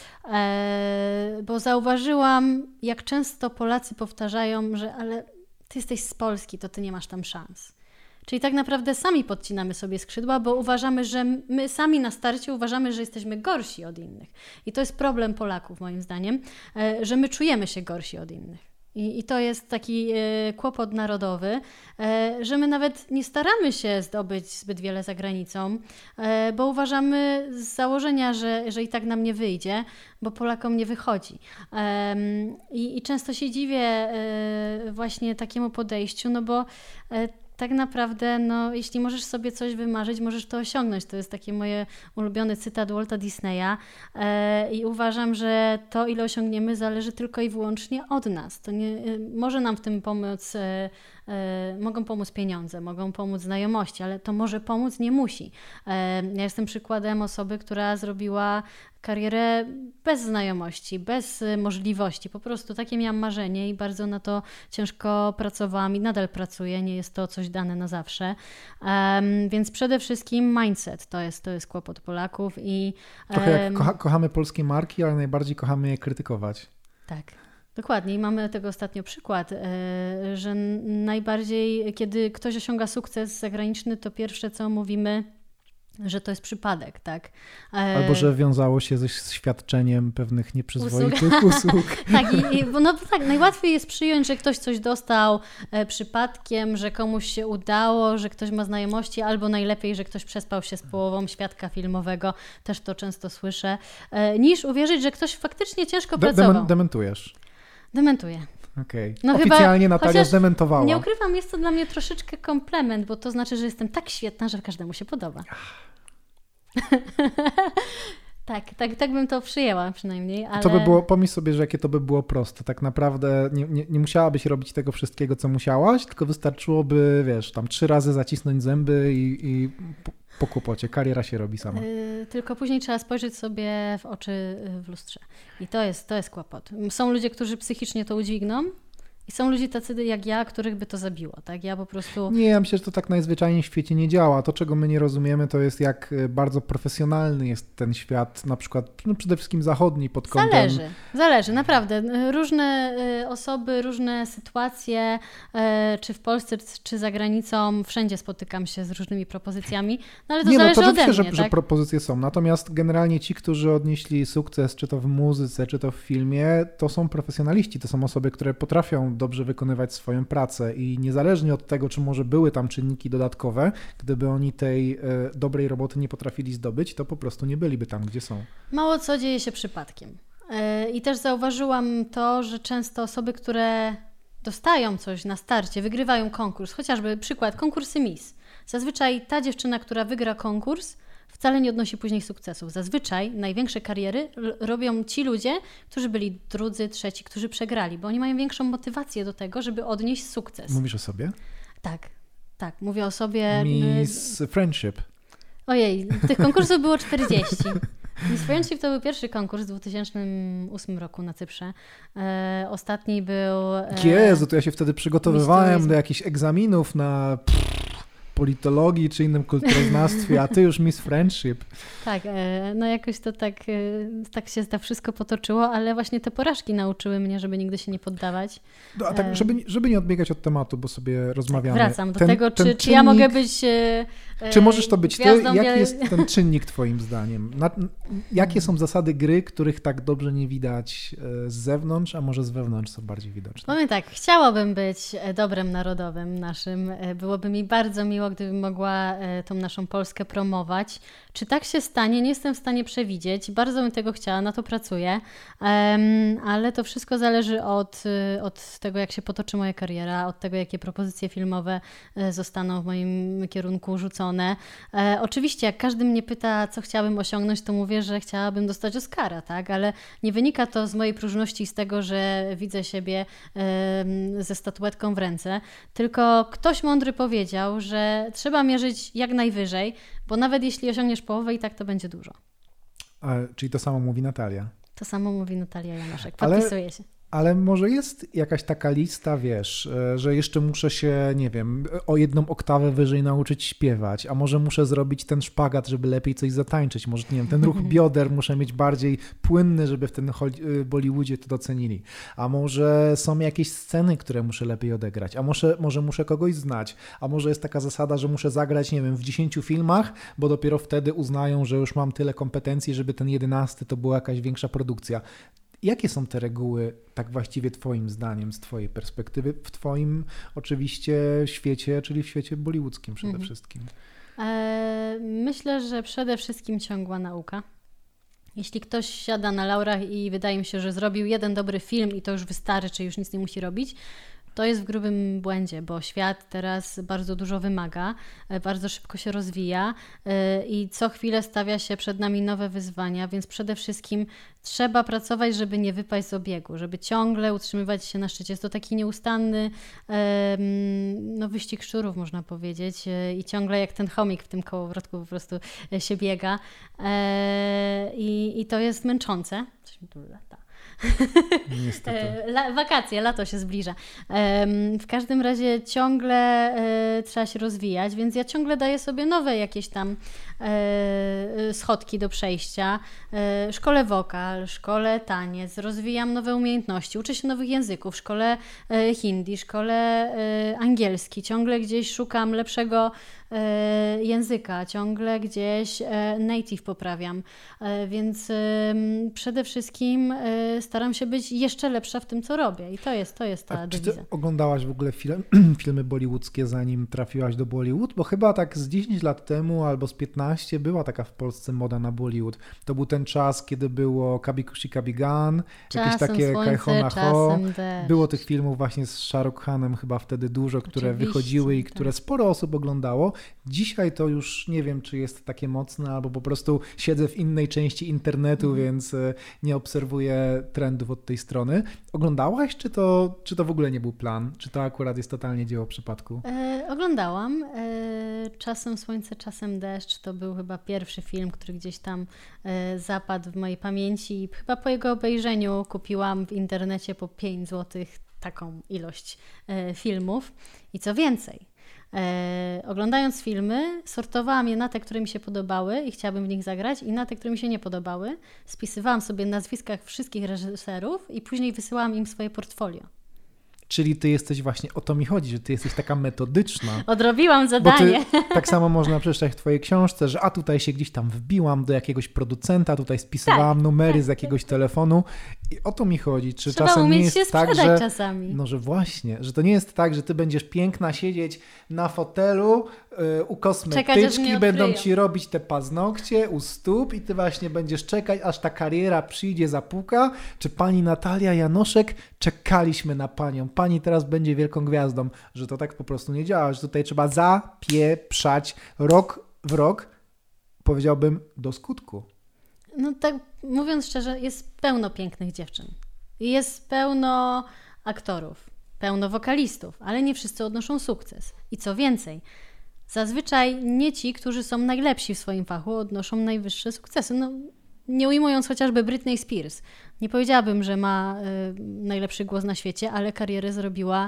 Bo zauważyłam, jak często Polacy powtarzają, że ale ty jesteś z Polski, to ty nie masz tam szans. Czyli tak naprawdę sami podcinamy sobie skrzydła, bo uważamy, że my sami na starcie uważamy, że jesteśmy gorsi od innych. I to jest problem Polaków moim zdaniem, że my czujemy się gorsi od innych. I to jest taki kłopot narodowy, że my nawet nie staramy się zdobyć zbyt wiele za granicą, bo uważamy z założenia, że i tak nam nie wyjdzie, bo Polakom nie wychodzi. I często się dziwię właśnie takiemu podejściu, no bo tak naprawdę, no, jeśli możesz sobie coś wymarzyć, możesz to osiągnąć. To jest taki mój ulubiony cytat Walta Disneya i uważam, że to, ile osiągniemy, zależy tylko i wyłącznie od nas. To nie, może nam w tym pomóc, mogą pomóc pieniądze, mogą pomóc znajomości, ale to może pomóc, nie musi. Ja jestem przykładem osoby, która zrobiła karierę bez znajomości, bez możliwości. Po prostu takie miałam marzenie i bardzo na to ciężko pracowałam i nadal pracuję. Nie jest to coś dane na zawsze. Więc przede wszystkim mindset to jest kłopot Polaków. I trochę jak kochamy polskie marki, ale najbardziej kochamy je krytykować. Tak. Dokładnie i mamy tego ostatnio przykład, że najbardziej, kiedy ktoś osiąga sukces zagraniczny, to pierwsze co mówimy, że to jest przypadek, tak? Albo że wiązało się ze świadczeniem pewnych nieprzyzwoitych usług. Tak, tak, najłatwiej jest przyjąć, że ktoś coś dostał przypadkiem, że komuś się udało, że ktoś ma znajomości, albo najlepiej, że ktoś przespał się z połową świadka filmowego, też to często słyszę, niż uwierzyć, że ktoś faktycznie ciężko pracował. Dementujesz. Dementuję. Okej. No oficjalnie chyba, Natalia zdementowała. Nie ukrywam, jest to dla mnie troszeczkę komplement, bo to znaczy, że jestem tak świetna, że każdemu się podoba. Tak bym to przyjęła przynajmniej, ale... To by było, pomyśl sobie, że jakie to by było proste. Tak naprawdę nie musiałabyś robić tego wszystkiego, co musiałaś, tylko wystarczyłoby, wiesz, tam 3 razy zacisnąć zęby i po kłopocie. Kariera się robi sama. Tylko później trzeba spojrzeć sobie w oczy w lustrze. I to jest kłopot. Są ludzie, którzy psychicznie to udźwigną, i są ludzie tacy jak ja, których by to zabiło, tak? Ja po prostu... Nie, ja myślę, że to tak najzwyczajniej w świecie nie działa. To, czego my nie rozumiemy, to jest jak bardzo profesjonalny jest ten świat, na przykład przede wszystkim zachodni pod kątem... Zależy, naprawdę. Różne osoby, różne sytuacje, czy w Polsce, czy za granicą, wszędzie spotykam się z różnymi propozycjami, no ale to zależy ode mnie, że propozycje są. Natomiast generalnie ci, którzy odnieśli sukces, czy to w muzyce, czy to w filmie, to są profesjonaliści, to są osoby, które potrafią dobrze wykonywać swoją pracę i niezależnie od tego, czy może były tam czynniki dodatkowe, gdyby oni tej dobrej roboty nie potrafili zdobyć, to po prostu nie byliby tam, gdzie są. Mało co dzieje się przypadkiem. I też zauważyłam to, że często osoby, które dostają coś na starcie, wygrywają konkurs, chociażby przykład konkursy Miss. Zazwyczaj ta dziewczyna, która wygra konkurs, wcale nie odnosi później sukcesów. Zazwyczaj największe kariery robią ci ludzie, którzy byli drudzy, trzeci, którzy przegrali, bo oni mają większą motywację do tego, żeby odnieść sukces. Mówisz o sobie? Tak, mówię o sobie. Miss Friendship. Ojej, tych konkursów było 40. Miss Friendship to był pierwszy konkurs w 2008 roku na Cyprze. Ostatni był... Jezu, to ja się wtedy przygotowywałem do jakichś egzaminów na... politologii czy innym kulturoznawstwie, a ty już Miss Friendship. Tak, no jakoś to tak się wszystko potoczyło, ale właśnie te porażki nauczyły mnie, żeby nigdy się nie poddawać. No, a tak, żeby nie odbiegać od tematu, bo sobie rozmawiamy. Wracam do tego, czy ja mogę być czy możesz to być ty? gwiazdą, Jaki jest ten czynnik twoim zdaniem? Jakie są zasady gry, których tak dobrze nie widać z zewnątrz, a może z wewnątrz są bardziej widoczne? Powiem tak, chciałabym być dobrem narodowym naszym. Byłoby mi bardzo miło, gdybym mogła tą naszą Polskę promować. Czy tak się stanie? Nie jestem w stanie przewidzieć. Bardzo bym tego chciała, na to pracuję, ale to wszystko zależy od tego, jak się potoczy moja kariera, od tego, jakie propozycje filmowe zostaną w moim kierunku rzucone. Oczywiście, jak każdy mnie pyta, co chciałabym osiągnąć, to mówię, że chciałabym dostać Oscara, tak? Ale nie wynika to z mojej próżności, z tego, że widzę siebie ze statuetką w ręce, tylko ktoś mądry powiedział, że trzeba mierzyć jak najwyżej, bo nawet jeśli osiągniesz połowę, i tak to będzie dużo. Czyli to samo mówi Natalia. To samo mówi Natalia Janoszek. Podpisuje się. Ale może jest jakaś taka lista, wiesz, że jeszcze muszę się, nie wiem, o 1 oktawę wyżej nauczyć śpiewać, a może muszę zrobić ten szpagat, żeby lepiej coś zatańczyć, może, nie wiem, ten ruch bioder muszę mieć bardziej płynny, żeby w tym Bollywoodzie to docenili, a może są jakieś sceny, które muszę lepiej odegrać, a może muszę kogoś znać, a może jest taka zasada, że muszę zagrać, nie wiem, w 10 filmach, bo dopiero wtedy uznają, że już mam tyle kompetencji, żeby ten 11 to była jakaś większa produkcja. Jakie są te reguły, tak właściwie twoim zdaniem, z twojej perspektywy, w twoim oczywiście świecie, czyli w świecie bollywoodzkim przede wszystkim? Myślę, że przede wszystkim ciągła nauka. Jeśli ktoś siada na laurach i wydaje mi się, że zrobił 1 dobry film i to już wystarczy, już nic nie musi robić, to jest w grubym błędzie, bo świat teraz bardzo dużo wymaga, bardzo szybko się rozwija i co chwilę stawia się przed nami nowe wyzwania, więc przede wszystkim trzeba pracować, żeby nie wypaść z obiegu, żeby ciągle utrzymywać się na szczycie. Jest to taki nieustanny wyścig szczurów, można powiedzieć, i ciągle jak ten chomik w tym kołowrotku po prostu się biega i to jest męczące. Coś mi tu lata. Niestety. Wakacje, lato się zbliża. W każdym razie ciągle trzeba się rozwijać, więc ja ciągle daję sobie nowe jakieś tam schodki do przejścia. Szkolę wokal, szkolę taniec, rozwijam nowe umiejętności, uczę się nowych języków, szkolę hindi, szkolę angielski, ciągle gdzieś szukam lepszego języka, ciągle gdzieś native poprawiam, więc przede wszystkim staram się być jeszcze lepsza w tym, co robię i to jest ta dewiza. Czy ty oglądałaś w ogóle filmy bollywoodzkie, zanim trafiłaś do Bollywood? Bo chyba tak z 10 lat temu albo z 15 była taka w Polsce moda na Bollywood. To był ten czas, kiedy było Kabhi Khushi Kabhie Gham, jakieś takie Kai Ho Na Ho. Było tych filmów właśnie z Shah Rukh Khanem chyba wtedy dużo, które wychodziły i które sporo osób oglądało. Dzisiaj to już nie wiem, czy jest takie mocne, albo po prostu siedzę w innej części internetu, więc nie obserwuję trendów od tej strony. Oglądałaś, czy to w ogóle nie był plan? Czy to akurat jest totalnie dzieło przypadku? Oglądałam. Czasem słońce, czasem deszcz. To był chyba pierwszy film, który gdzieś tam zapadł w mojej pamięci. Chyba po jego obejrzeniu kupiłam w internecie po 5 zł taką ilość filmów. I co więcej, oglądając filmy, sortowałam je na te, które mi się podobały i chciałabym w nich zagrać, i na te, które mi się nie podobały. Spisywałam sobie nazwiskach wszystkich reżyserów i później wysyłałam im swoje portfolio. Czyli ty jesteś właśnie, o to mi chodzi, że ty jesteś taka metodyczna. Odrobiłam zadanie. Bo tak samo można przeczytać w twojej książce, że tutaj się gdzieś tam wbiłam do jakiegoś producenta, tutaj spisywałam numery z jakiegoś telefonu i o to mi chodzi. Czy trzeba czasem umieć nie jest się tak, sprzedać że czasami. No, że właśnie, że to nie jest tak, że ty będziesz piękna siedzieć na fotelu u kosmetyczki, będą ci robić te paznokcie u stóp i ty właśnie będziesz czekać, aż ta kariera przyjdzie, zapuka. Czy pani Natalia Janoszek? Czekaliśmy na panią. Pani teraz będzie wielką gwiazdą. Że to tak po prostu nie działa, że tutaj trzeba zapieprzać rok w rok, powiedziałbym, do skutku. No tak mówiąc szczerze, jest pełno pięknych dziewczyn. Jest pełno aktorów, pełno wokalistów, ale nie wszyscy odnoszą sukces. I co więcej, zazwyczaj nie ci, którzy są najlepsi w swoim fachu, odnoszą najwyższe sukcesy. No, nie ujmując chociażby Britney Spears. Nie powiedziałabym, że ma najlepszy głos na świecie, ale karierę zrobiła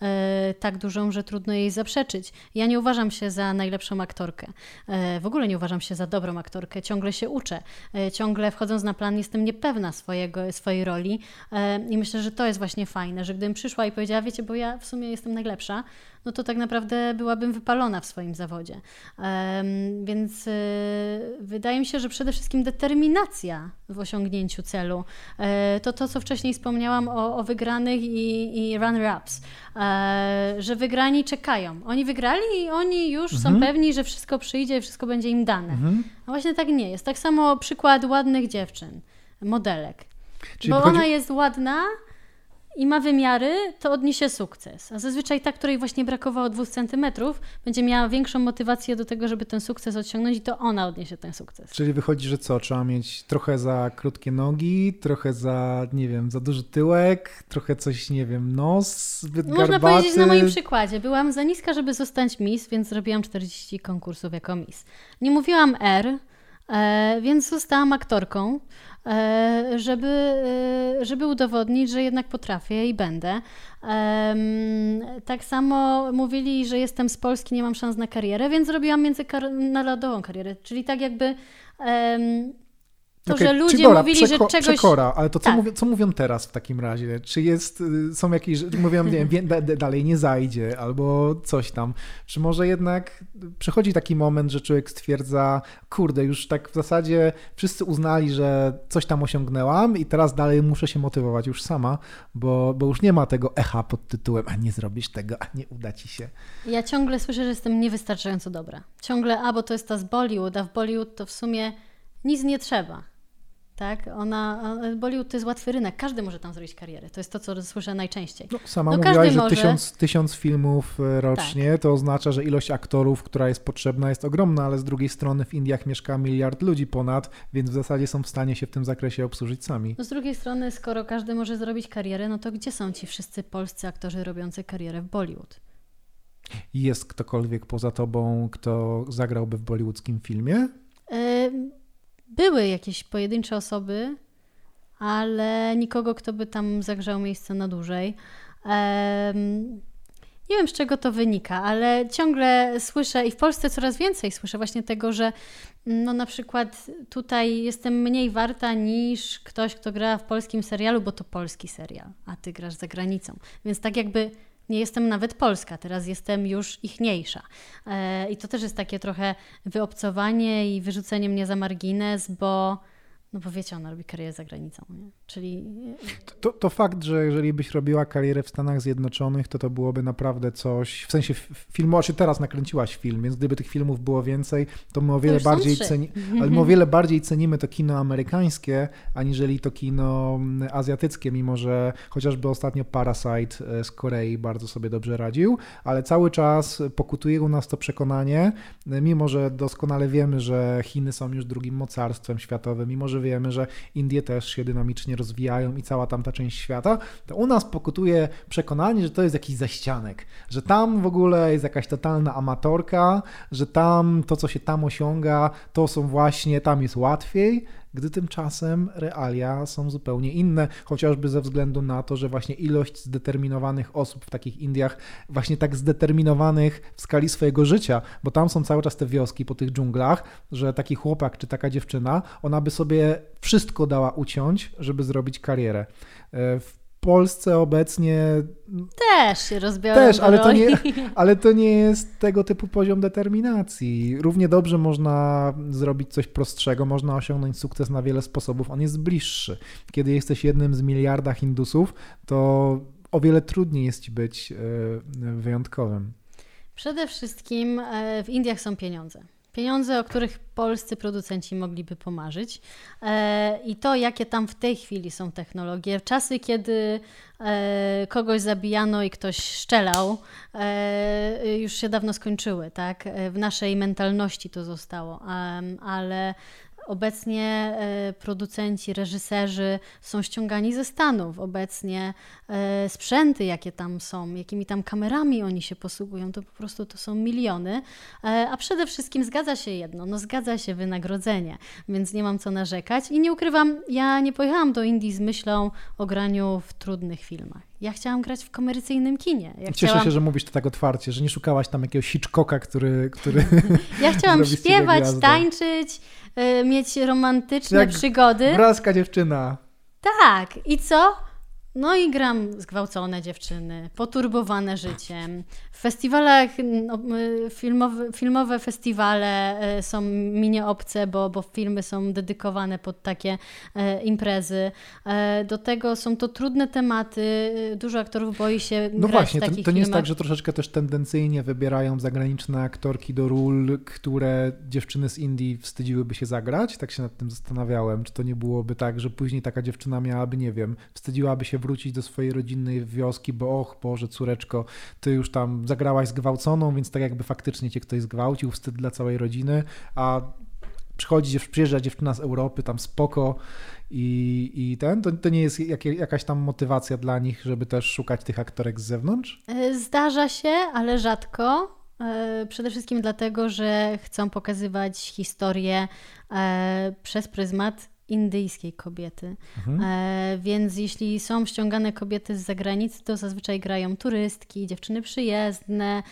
tak dużą, że trudno jej zaprzeczyć. Ja nie uważam się za najlepszą aktorkę. W ogóle nie uważam się za dobrą aktorkę. Ciągle się uczę. Ciągle wchodząc na plan jestem niepewna swojej roli i myślę, że to jest właśnie fajne, że gdybym przyszła i powiedziała, wiecie, bo ja w sumie jestem najlepsza, no to tak naprawdę byłabym wypalona w swoim zawodzie. Więc wydaje mi się, że przede wszystkim determinacja w osiągnięciu celu To, co wcześniej wspomniałam o wygranych i runner-ups, że wygrani czekają. Oni wygrali i oni już są pewni, że wszystko przyjdzie i wszystko będzie im dane. A właśnie tak nie jest. Tak samo przykład ładnych dziewczyn, modelek. Czyli bo ona jest ładna i ma wymiary, to odniesie sukces. A zazwyczaj ta, której właśnie brakowało 2 centymetrów, będzie miała większą motywację do tego, żeby ten sukces osiągnąć i to ona odniesie ten sukces. Czyli wychodzi, że co? Trzeba mieć trochę za krótkie nogi, trochę za, nie wiem, za duży tyłek, trochę coś, nie wiem, nos zbyt garbaty. Można powiedzieć na moim przykładzie. Byłam za niska, żeby zostać Miss, więc zrobiłam 40 konkursów jako Miss. Nie mówiłam R, więc zostałam aktorką. Żeby udowodnić, że jednak potrafię i będę. Tak samo mówili, że jestem z Polski, nie mam szans na karierę, więc zrobiłam międzynarodową karierę, czyli tak jakby to, że ludzie mówili, że czegoś... Przekora, ale to co mówią teraz w takim razie? Czy są jakieś, mówią, nie wiem, dalej nie zajdzie albo coś tam. Czy może jednak przychodzi taki moment, że człowiek stwierdza, kurde, już tak w zasadzie wszyscy uznali, że coś tam osiągnęłam i teraz dalej muszę się motywować już sama, bo już nie ma tego echa pod tytułem, a nie zrobisz tego, a nie uda ci się. Ja ciągle słyszę, że jestem niewystarczająco dobra. Ciągle, bo to jest ta z Bollywood, a w Bollywood to w sumie nic nie trzeba. Tak? Bollywood to jest łatwy rynek. Każdy może tam zrobić karierę. To jest to, co słyszę najczęściej. Sama mówiłaś, że 1000 filmów rocznie, to oznacza, że ilość aktorów, która jest potrzebna, jest ogromna, ale z drugiej strony w Indiach mieszka 1 miliard ludzi ponad, więc w zasadzie są w stanie się w tym zakresie obsłużyć sami. Z drugiej strony, skoro każdy może zrobić karierę, no to gdzie są ci wszyscy polscy aktorzy robiący karierę w Bollywood? Jest ktokolwiek poza tobą, kto zagrałby w bollywoodzkim filmie? Były jakieś pojedyncze osoby, ale nikogo, kto by tam zagrzał miejsce na dłużej. Nie wiem, z czego to wynika, ale ciągle słyszę i w Polsce coraz więcej słyszę właśnie tego, że no na przykład tutaj jestem mniej warta niż ktoś, kto gra w polskim serialu, bo to polski serial, a ty grasz za granicą. Więc tak jakby nie jestem nawet polska, teraz jestem już ichniejsza. I to też jest takie trochę wyobcowanie i wyrzucenie mnie za margines, bo wiecie, ona robi karierę za granicą. Nie? Czyli... To fakt, że jeżeli byś robiła karierę w Stanach Zjednoczonych, to byłoby naprawdę coś, w sensie filmu, czy teraz nakręciłaś film, więc gdyby tych filmów było więcej, to my o wiele bardziej ale my o wiele bardziej cenimy to kino amerykańskie, aniżeli to kino azjatyckie, mimo że chociażby ostatnio Parasite z Korei bardzo sobie dobrze radził, ale cały czas pokutuje u nas to przekonanie, mimo że doskonale wiemy, że Chiny są już drugim mocarstwem światowym, mimo że wiemy, że Indie też się dynamicznie rozwijają i cała tamta część świata, to u nas pokutuje przekonanie, że to jest jakiś zaścianek, że tam w ogóle jest jakaś totalna amatorka, że tam to, co się tam osiąga, to są właśnie, tam jest łatwiej, gdy tymczasem realia są zupełnie inne, chociażby ze względu na to, że właśnie ilość zdeterminowanych osób w takich Indiach, właśnie tak zdeterminowanych w skali swojego życia, bo tam są cały czas te wioski po tych dżunglach, że taki chłopak czy taka dziewczyna, ona by sobie wszystko dała uciąć, żeby zrobić karierę. W Polsce obecnie... Też się rozbiorą ale to nie jest tego typu poziom determinacji. Równie dobrze można zrobić coś prostszego, można osiągnąć sukces na wiele sposobów. On jest bliższy. Kiedy jesteś jednym z miliarda Hindusów, to o wiele trudniej jest ci być wyjątkowym. Przede wszystkim w Indiach są pieniądze. Pieniądze, o których polscy producenci mogliby pomarzyć i to, jakie tam w tej chwili są technologie. Czasy, kiedy kogoś zabijano i ktoś szczelał, już się dawno skończyły, tak? W naszej mentalności to zostało, ale obecnie producenci, reżyserzy są ściągani ze Stanów. Obecnie sprzęty, jakie tam są, jakimi tam kamerami oni się posługują, to po prostu to są miliony. A przede wszystkim zgadza się jedno, zgadza się wynagrodzenie, więc nie mam co narzekać. I nie ukrywam, ja nie pojechałam do Indii z myślą o graniu w trudnych filmach. Ja chciałam grać w komercyjnym kinie. Cieszę się, że mówisz to tak otwarcie, że nie szukałaś tam jakiegoś Hitchcocka, który Ja chciałam śpiewać, tańczyć, mieć romantyczne przygody. Wraska dziewczyna. Tak. I co? No i gram zgwałcone dziewczyny, poturbowane życiem. W festiwalach, filmowe festiwale są mi nieobce, bo filmy są dedykowane pod takie imprezy. Do tego są to trudne tematy, dużo aktorów boi się grać właśnie, w takich to nie jest filmach. tak, że troszeczkę też tendencyjnie wybierają zagraniczne aktorki do ról, które dziewczyny z Indii wstydziłyby się zagrać? Tak się nad tym zastanawiałem, czy to nie byłoby tak, że później taka dziewczyna miałaby, nie wiem, wstydziłaby się wrócić do swojej rodzinnej wioski, bo och Boże, córeczko, ty już tam zagrałaś zgwałconą, więc tak jakby faktycznie cię ktoś zgwałcił, wstyd dla całej rodziny, a przyjeżdża dziewczyna z Europy, tam spoko i to nie jest jakaś tam motywacja dla nich, żeby też szukać tych aktorek z zewnątrz? Zdarza się, ale rzadko. Przede wszystkim dlatego, że chcą pokazywać historię przez pryzmat indyjskiej kobiety. Więc jeśli są ściągane kobiety z zagranicy, to zazwyczaj grają turystki, dziewczyny przyjezdne,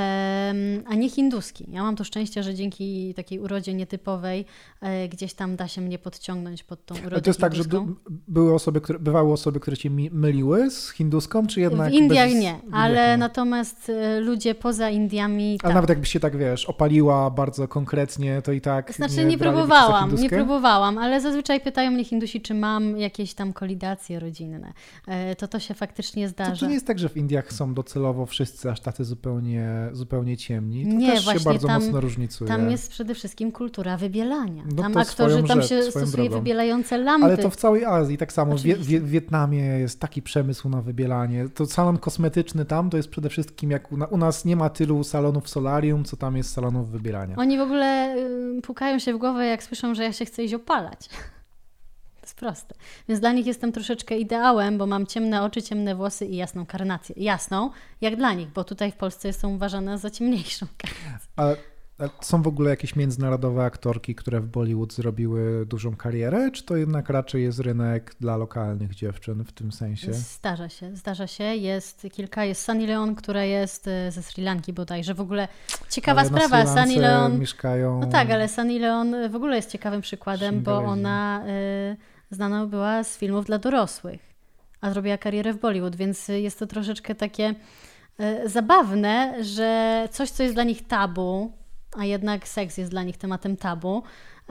a nie hinduski. Ja mam to szczęście, że dzięki takiej urodzie nietypowej gdzieś tam da się mnie podciągnąć pod tą urodę. Ale to jest hinduską. tak, że bywały osoby, które cię myliły z hinduską, czy jednak... W Indiach nie, ale natomiast ludzie poza Indiami... A nawet jakbyś się tak, opaliła bardzo konkretnie, to i tak... Znaczy nie próbowałam, ale zazwyczaj pytają mnie Hindusi, czy mam jakieś tam kolidacje rodzinne. To się faktycznie zdarza. To nie jest tak, że w Indiach są docelowo wszyscy aż tacy zupełnie ciemni. To nie, też właśnie się bardzo mocno różnicuje. Tam jest przede wszystkim kultura wybielania. No tam aktorzy stosuje wybielające lampy. Ale to w całej Azji, tak samo w Wietnamie jest taki przemysł na wybielanie. To salon kosmetyczny tam to jest przede wszystkim, jak u nas nie ma tylu salonów solarium, co tam jest salonów wybielania. Oni w ogóle pukają się w głowę, jak słyszą, że ja się chcę iść opalać. To jest proste. Więc dla nich jestem troszeczkę ideałem, bo mam ciemne oczy, ciemne włosy i jasną karnację. Jasną, jak dla nich, bo tutaj w Polsce jestem uważana za ciemniejszą karnację. A są w ogóle jakieś międzynarodowe aktorki, które w Bollywood zrobiły dużą karierę, czy to jednak raczej jest rynek dla lokalnych dziewczyn w tym sensie? Zdarza się. Jest kilka. Jest Sunny Leon, która jest ze Sri Lanki bodajże. W ogóle ciekawa sprawa. Sunny Leon mieszkają... No tak, ale Sunny Leon w ogóle jest ciekawym przykładem, bo ona znana była z filmów dla dorosłych, a zrobiła karierę w Bollywood, więc jest to troszeczkę takie zabawne, że coś, co jest dla nich tabu, a jednak seks jest dla nich tematem tabu,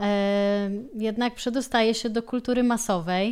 jednak przedostaje się do kultury masowej,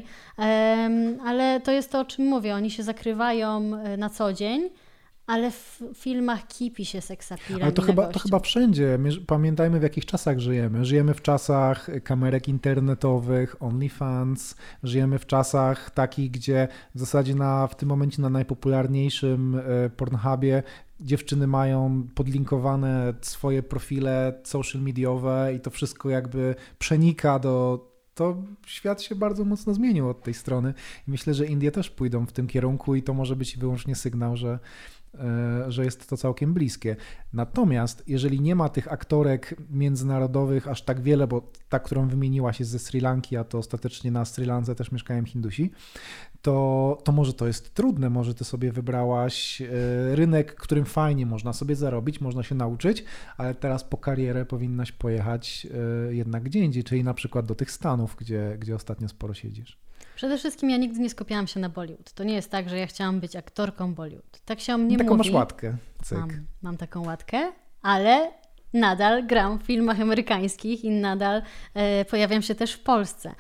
ale to jest to, o czym mówię, oni się zakrywają na co dzień, ale w filmach kipi się seksapilem. Ale to chyba wszędzie. Pamiętajmy, w jakich czasach żyjemy. Żyjemy w czasach kamerek internetowych, OnlyFans. Żyjemy w czasach takich, gdzie w zasadzie w tym momencie na najpopularniejszym Pornhubie dziewczyny mają podlinkowane swoje profile social mediowe i to wszystko jakby przenika to świat się bardzo mocno zmienił od tej strony i myślę, że Indie też pójdą w tym kierunku i to może być wyłącznie sygnał, że jest to całkiem bliskie. Natomiast jeżeli nie ma tych aktorek międzynarodowych aż tak wiele, bo ta, którą wymieniłaś jest ze Sri Lanki, a to ostatecznie na Sri Lance też mieszkają Hindusi, to może to jest trudne, może ty sobie wybrałaś rynek, którym fajnie można sobie zarobić, można się nauczyć, ale teraz po karierę powinnaś pojechać jednak gdzie indziej, czyli na przykład do tych Stanów, gdzie ostatnio sporo siedzisz. Przede wszystkim ja nigdy nie skupiałam się na Bollywood. To nie jest tak, że ja chciałam być aktorką Bollywood. Tak się o mnie taką mówi. Masz łatkę. Cyk. Mam taką łatkę, ale nadal gram w filmach amerykańskich i nadal pojawiam się też w Polsce.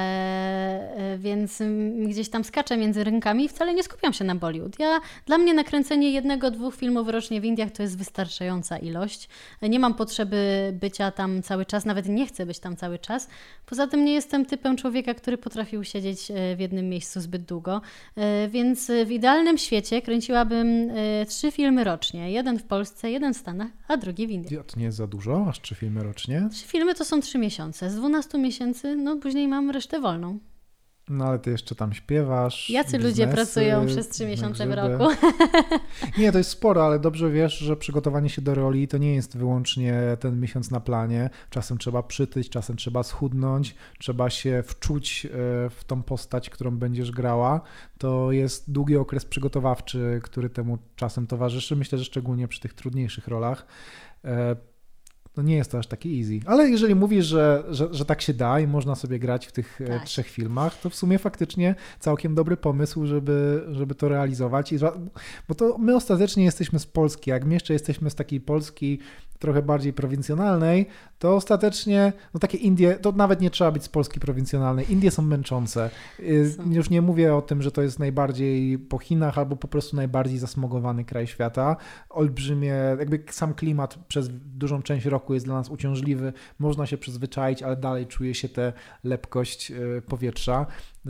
Więc gdzieś tam skaczę między rynkami i wcale nie skupiam się na Bollywood. Dla mnie nakręcenie 1-2 filmów rocznie w Indiach to jest wystarczająca ilość. Nie mam potrzeby bycia tam cały czas, nawet nie chcę być tam cały czas. Poza tym nie jestem typem człowieka, który potrafił siedzieć w jednym miejscu zbyt długo. Więc w idealnym świecie kręciłabym 3 filmy rocznie. 1 w Polsce, 1 w Stanach, a drugi w Indiach. Nie jest za dużo? Aż 3 filmy rocznie? 3 filmy to są 3 miesiące. Z 12 miesięcy, później mam resztę wolną. No ale ty jeszcze tam śpiewasz. Jacy ludzie pracują przez 3 miesiące w roku? Nie, to jest sporo, ale dobrze wiesz, że przygotowanie się do roli to nie jest wyłącznie ten miesiąc na planie. Czasem trzeba przytyć, czasem trzeba schudnąć, trzeba się wczuć w tą postać, którą będziesz grała. To jest długi okres przygotowawczy, który temu czasem towarzyszy. Myślę, że szczególnie przy tych trudniejszych rolach. no nie jest to aż takie easy. Ale jeżeli mówisz, że tak się da i można sobie grać w tych 3 filmach, to w sumie faktycznie całkiem dobry pomysł, żeby to realizować. Bo to my ostatecznie jesteśmy z Polski, jak my jeszcze jesteśmy z takiej Polski trochę bardziej prowincjonalnej, to ostatecznie, no takie Indie, to nawet nie trzeba być z Polski prowincjonalnej. Indie są męczące. Już nie mówię o tym, że to jest najbardziej po Chinach albo po prostu najbardziej zasmogowany kraj świata. Olbrzymie, jakby sam klimat przez dużą część roku jest dla nas uciążliwy. Można się przyzwyczaić, ale dalej czuje się tę lepkość powietrza.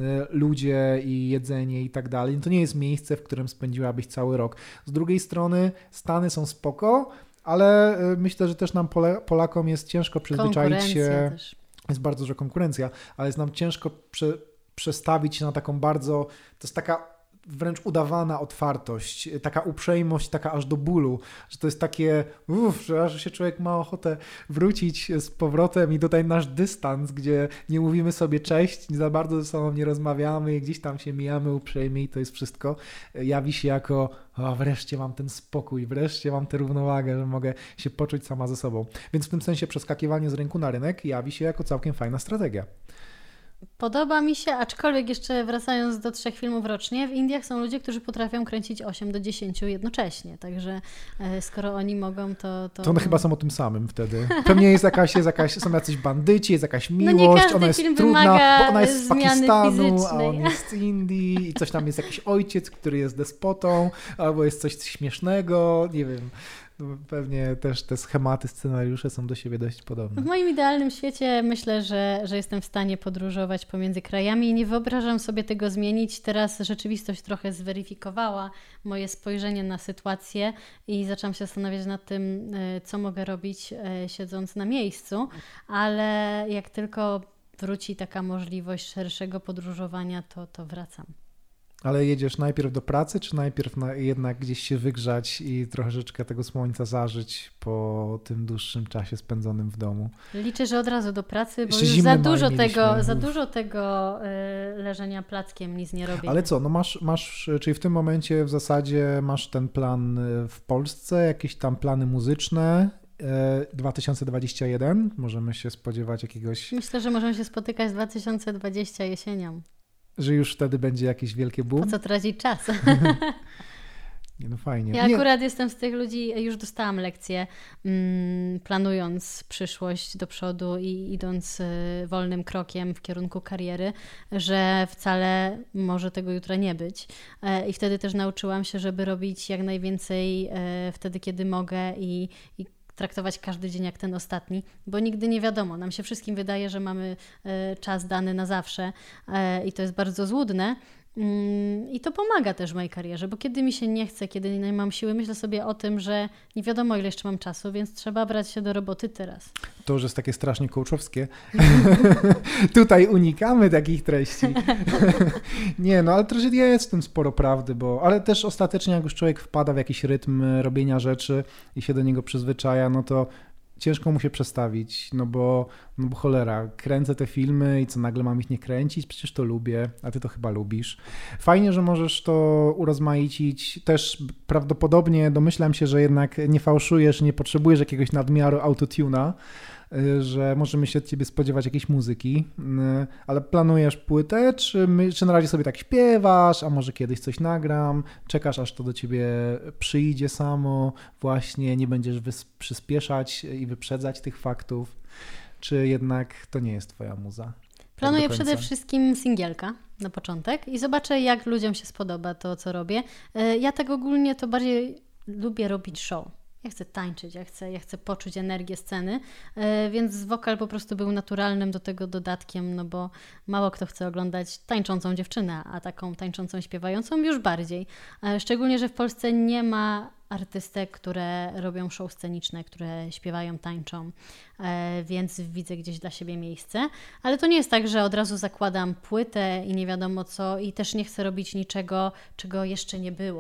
Ludzie i jedzenie i tak dalej. To nie jest miejsce, w którym spędziłabyś cały rok. Z drugiej strony Stany są spoko, ale myślę, że też nam Polakom jest ciężko przyzwyczaić się. Też. Jest bardzo duża konkurencja, ale jest nam ciężko przestawić się na taką bardzo, to jest taka wręcz udawana otwartość, taka uprzejmość, taka aż do bólu, że to jest takie, że aż się człowiek ma ochotę wrócić z powrotem i tutaj nasz dystans, gdzie nie mówimy sobie cześć, nie za bardzo ze sobą nie rozmawiamy i gdzieś tam się mijamy uprzejmie i to jest wszystko, jawi się jako wreszcie mam ten spokój, wreszcie mam tę równowagę, że mogę się poczuć sama ze sobą. Więc w tym sensie przeskakiwanie z rynku na rynek jawi się jako całkiem fajna strategia. Podoba mi się, aczkolwiek jeszcze wracając do 3 filmów rocznie, w Indiach są ludzie, którzy potrafią kręcić 8 do 10 jednocześnie, także skoro oni mogą, to... To one chyba są o tym samym wtedy. Pewnie jest jakaś, są jacyś bandyci, jest jakaś miłość, ona jest trudna, bo ona jest z Pakistanu, fizycznej. A on jest z Indii i coś tam jest jakiś ojciec, który jest despotą, albo jest coś śmiesznego, nie wiem. Pewnie też te schematy, scenariusze są do siebie dość podobne. W moim idealnym świecie myślę, że jestem w stanie podróżować pomiędzy krajami i nie wyobrażam sobie tego zmienić. Teraz rzeczywistość trochę zweryfikowała moje spojrzenie na sytuację i zaczęłam się zastanawiać nad tym, co mogę robić siedząc na miejscu, ale jak tylko wróci taka możliwość szerszego podróżowania, to wracam. Ale jedziesz najpierw do pracy, czy najpierw jednak gdzieś się wygrzać i troszeczkę tego słońca zażyć po tym dłuższym czasie spędzonym w domu? Liczę, że od razu do pracy, bo już za dużo tego leżenia plackiem nic nie robię. Ale co, no masz, czyli w tym momencie w zasadzie masz ten plan w Polsce, jakieś tam plany muzyczne, 2021? Możemy się spodziewać jakiegoś... Myślę, że możemy się spotykać 2020 jesienią. Że już wtedy będzie jakieś wielkie boom? Po co tracić czas? Nie, no fajnie. Ja akurat jestem z tych ludzi, już dostałam lekcję, planując przyszłość do przodu i idąc wolnym krokiem w kierunku kariery, że wcale może tego jutra nie być. I wtedy też nauczyłam się, żeby robić jak najwięcej wtedy, kiedy mogę i traktować każdy dzień jak ten ostatni, bo nigdy nie wiadomo. Nam się wszystkim wydaje, że mamy czas dany na zawsze i to jest bardzo złudne. I to pomaga też w mojej karierze, bo kiedy mi się nie chce, kiedy nie mam siły, myślę sobie o tym, że nie wiadomo ile jeszcze mam czasu, więc trzeba brać się do roboty teraz. To już jest takie strasznie coachowskie. Tutaj unikamy takich treści. Nie, no ale też jest w tym sporo prawdy, ale też ostatecznie jak już człowiek wpada w jakiś rytm robienia rzeczy i się do niego przyzwyczaja, no to ciężko mu się przestawić, no bo cholera, kręcę te filmy i co nagle mam ich nie kręcić? Przecież to lubię, a ty to chyba lubisz. Fajnie, że możesz to urozmaicić. Też prawdopodobnie domyślam się, że jednak nie fałszujesz, nie potrzebujesz jakiegoś nadmiaru autotuna, że możemy się od ciebie spodziewać jakiejś muzyki, ale planujesz płytę, czy na razie sobie tak śpiewasz, a może kiedyś coś nagram, czekasz aż to do ciebie przyjdzie samo, właśnie nie będziesz przyspieszać i wyprzedzać tych faktów, czy jednak to nie jest twoja muza? Planuję przede wszystkim singielka na początek i zobaczę, jak ludziom się spodoba to, co robię. Ja tak ogólnie to bardziej lubię robić show. Ja chcę tańczyć, ja chcę poczuć energię sceny, więc wokal po prostu był naturalnym do tego dodatkiem, no bo mało kto chce oglądać tańczącą dziewczynę, a taką tańczącą, śpiewającą już bardziej. Szczególnie, że w Polsce nie ma artystek, które robią show sceniczne, które śpiewają, tańczą, więc widzę gdzieś dla siebie miejsce. Ale to nie jest tak, że od razu zakładam płytę i nie wiadomo co i też nie chcę robić niczego, czego jeszcze nie było.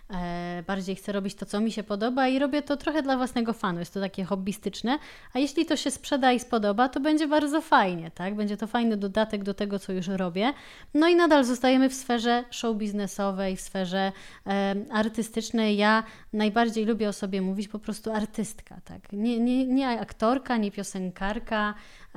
bardziej chcę robić to, co mi się podoba i robię to trochę dla własnego fanu. Jest to takie hobbystyczne, a jeśli to się sprzeda i spodoba, to będzie bardzo fajnie, tak? Będzie to fajny dodatek do tego, co już robię. No i nadal zostajemy w sferze show biznesowej, w sferze artystycznej. Ja najbardziej lubię o sobie mówić po prostu artystka, tak? Nie aktorka, nie piosenkarka,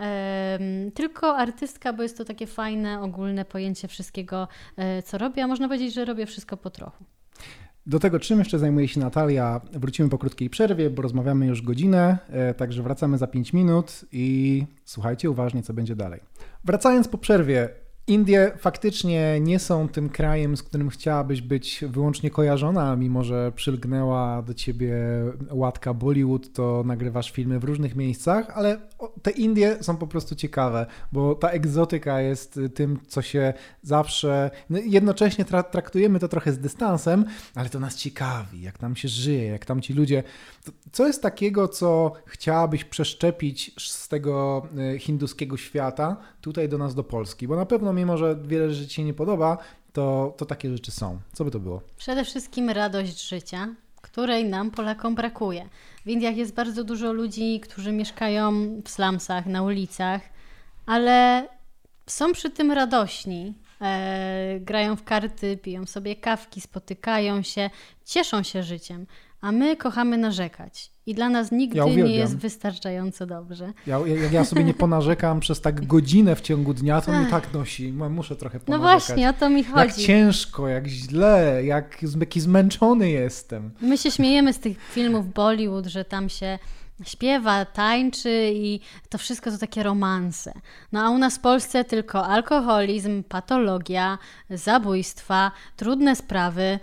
tylko artystka, bo jest to takie fajne, ogólne pojęcie wszystkiego, co robię, a można powiedzieć, że robię wszystko po trochu. Do tego, czym jeszcze zajmuje się Natalia, wrócimy po krótkiej przerwie, bo rozmawiamy już godzinę, także wracamy za 5 minut i słuchajcie uważnie, co będzie dalej. Wracając po przerwie, Indie faktycznie nie są tym krajem, z którym chciałabyś być wyłącznie kojarzona, mimo że przylgnęła do ciebie łatka Bollywood, to nagrywasz filmy w różnych miejscach, ale te Indie są po prostu ciekawe, bo ta egzotyka jest tym, co się zawsze, jednocześnie traktujemy to trochę z dystansem, ale to nas ciekawi, jak tam się żyje, jak tam ci ludzie. Co jest takiego, co chciałabyś przeszczepić z tego hinduskiego świata tutaj do nas, do Polski? Bo na pewno, mimo że wiele rzeczy ci się nie podoba, to takie rzeczy są. Co by to było? Przede wszystkim radość życia, której nam, Polakom, brakuje. W Indiach jest bardzo dużo ludzi, którzy mieszkają w slumsach, na ulicach, ale są przy tym radośni. Grają w karty, piją sobie kawki, spotykają się, cieszą się życiem, a my kochamy narzekać. I dla nas nigdy nie jest wystarczająco dobrze. Jak ja sobie nie ponarzekam przez tak godzinę w ciągu dnia, to mnie tak nosi. Muszę trochę ponarzekać. No właśnie, o to mi chodzi. Jak ciężko, jak źle, jaki zmęczony jestem. My się śmiejemy z tych filmów Bollywood, że tam się śpiewa, tańczy i to wszystko to takie romanse. No a u nas w Polsce tylko alkoholizm, patologia, zabójstwa, trudne sprawy.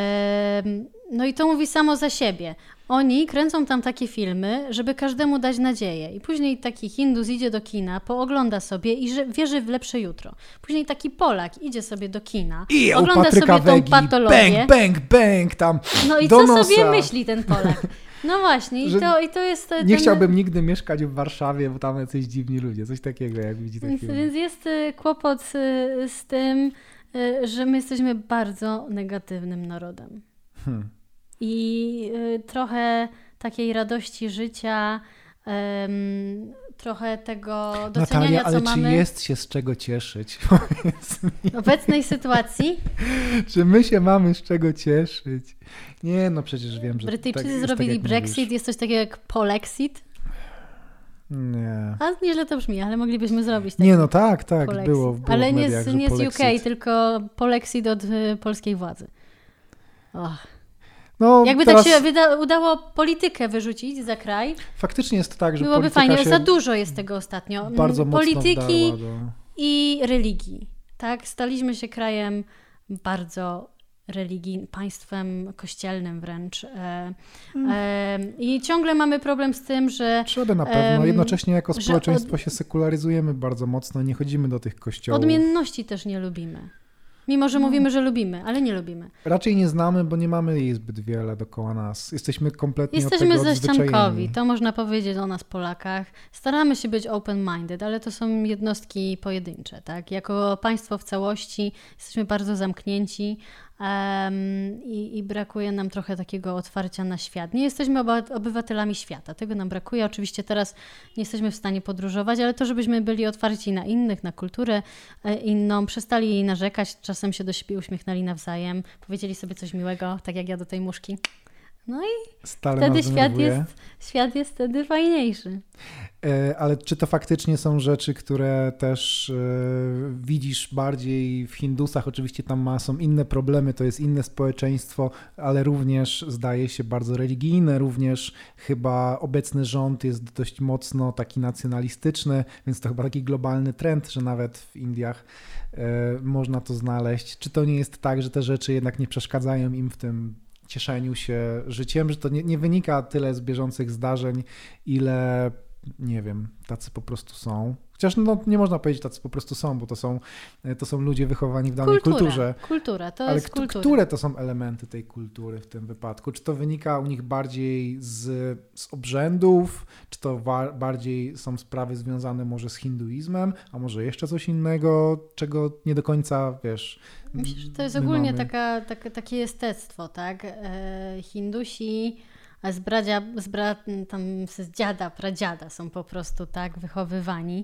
No i to mówi samo za siebie. Oni kręcą tam takie filmy, żeby każdemu dać nadzieję. I później taki Hindus idzie do kina, poogląda sobie i wierzy w lepsze jutro. Później taki Polak idzie sobie do kina, i ogląda sobie tą patologię. Bang, tam no i do co nosa. sobie myśli ten Polak? No właśnie, i to jest... Nie chciałbym nigdy mieszkać w Warszawie, bo tam jacyś dziwni ludzie, coś takiego, jak widzi taki film. Więc jest kłopot z tym, że my jesteśmy bardzo negatywnym narodem. I trochę takiej radości życia, trochę tego doceniania, Natalia, ale co mamy. Czy jest się z czego cieszyć? W obecnej sytuacji? Czy my się mamy z czego cieszyć? Nie, no przecież wiem, że Brytyjczycy zrobili tak Brexit, mówisz. Jest coś takiego jak Polexit. Nie. A nieźle to brzmi, ale moglibyśmy zrobić taki. Nie, no tak, było w ale mediach, nie z Polexit. UK, tylko Polexit od polskiej władzy. No, jakby teraz... tak się udało politykę wyrzucić za kraj. Faktycznie jest tak, że byłoby fajnie. Za dużo jest tego ostatnio. Bardzo polityki i religii. Tak? Staliśmy się krajem bardzo państwem kościelnym wręcz. I ciągle mamy problem z tym, że... Trzeba na pewno. Jednocześnie jako społeczeństwo się sekularyzujemy bardzo mocno. Nie chodzimy do tych kościołów. Odmienności też nie lubimy. Mimo, że mówimy, że lubimy, ale nie lubimy. Raczej nie znamy, bo nie mamy jej zbyt wiele dookoła nas. Jesteśmy kompletnie od tego zaściankowi, to można powiedzieć o nas Polakach. Staramy się być open-minded, ale to są jednostki pojedyncze. Tak? Jako państwo w całości jesteśmy bardzo zamknięci i brakuje nam trochę takiego otwarcia na świat. Nie jesteśmy obywatelami świata, tego nam brakuje. Oczywiście teraz nie jesteśmy w stanie podróżować, ale to, żebyśmy byli otwarci na innych, na kulturę inną, przestali jej narzekać, czasem się do siebie uśmiechnęli nawzajem, powiedzieli sobie coś miłego, tak jak ja do tej muszki. No i wtedy świat jest wtedy fajniejszy. Ale czy to faktycznie są rzeczy, które też widzisz bardziej w Hindusach? Oczywiście tam są inne problemy, to jest inne społeczeństwo, ale również zdaje się bardzo religijne, również chyba obecny rząd jest dość mocno taki nacjonalistyczny, więc to chyba taki globalny trend, że nawet w Indiach można to znaleźć. Czy to nie jest tak, że te rzeczy jednak nie przeszkadzają im w tym cieszeniu się życiem, że to nie wynika tyle z bieżących zdarzeń, ile nie wiem, tacy po prostu są. Chociaż no, nie można powiedzieć, tacy po prostu są, bo to są ludzie wychowani w danej kulturze. Kultura, to ale jest kultura. Które to są elementy tej kultury w tym wypadku? Czy to wynika u nich bardziej z obrzędów? Czy to bardziej są sprawy związane może z hinduizmem? A może jeszcze coś innego, czego nie do końca, wiesz... Myślę, że to jest ogólnie takie jestestwo, tak? Hindusi z dziada, pradziada są po prostu tak wychowywani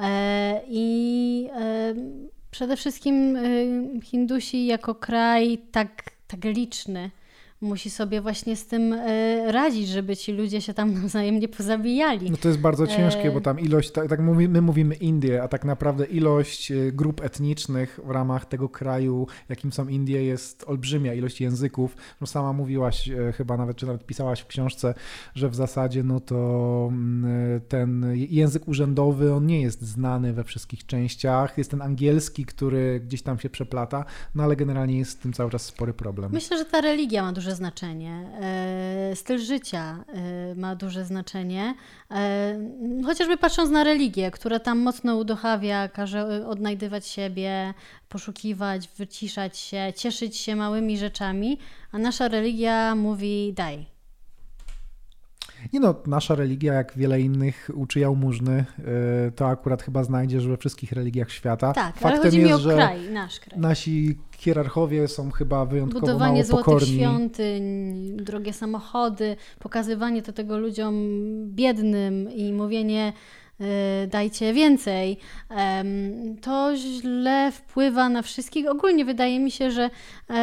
i przede wszystkim Hindusi jako kraj tak liczny musi sobie właśnie z tym radzić, żeby ci ludzie się tam nawzajem nie pozabijali. No to jest bardzo ciężkie, bo tam ilość, my mówimy Indie, a tak naprawdę ilość grup etnicznych w ramach tego kraju, jakim są Indie, jest olbrzymia, ilość języków. No sama mówiłaś chyba nawet, czy nawet pisałaś w książce, że w zasadzie no to ten język urzędowy, on nie jest znany we wszystkich częściach. Jest ten angielski, który gdzieś tam się przeplata, no ale generalnie jest z tym cały czas spory problem. Myślę, że ta religia ma duże znaczenie. Styl życia ma duże znaczenie. Chociażby patrząc na religię, która tam mocno uduchawia, każe odnajdywać siebie, poszukiwać, wyciszać się, cieszyć się małymi rzeczami, a nasza religia mówi daj. Nie no, nasza religia, jak wiele innych, uczy jałmużny, to akurat chyba znajdziesz we wszystkich religiach świata. Tak, faktem ale chodzi mi jest, o kraj, nasz kraj. Nasi hierarchowie są chyba wyjątkowo Budowanie mało złotych pokorni. świątyń, drogie samochody, pokazywanie tego ludziom biednym i mówienie dajcie więcej. To źle wpływa na wszystkich. Ogólnie wydaje mi się, że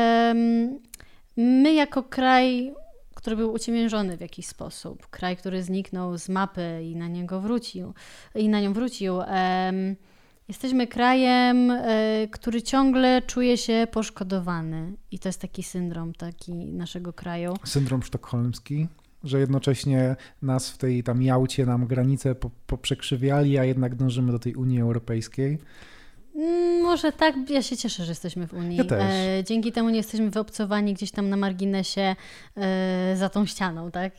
my jako kraj, który był uciemiężony w jakiś sposób, kraj, który zniknął z mapy i na nią wrócił, jesteśmy krajem, który ciągle czuje się poszkodowany i to jest taki syndrom naszego kraju. Syndrom sztokholmski, że jednocześnie nas w tej tam Jałcie nam granice poprzekrzywiali, a jednak dążymy do tej Unii Europejskiej. Może tak, ja się cieszę, że jesteśmy w Unii. Ja też. Dzięki temu nie jesteśmy wyobcowani gdzieś tam na marginesie za tą ścianą, tak?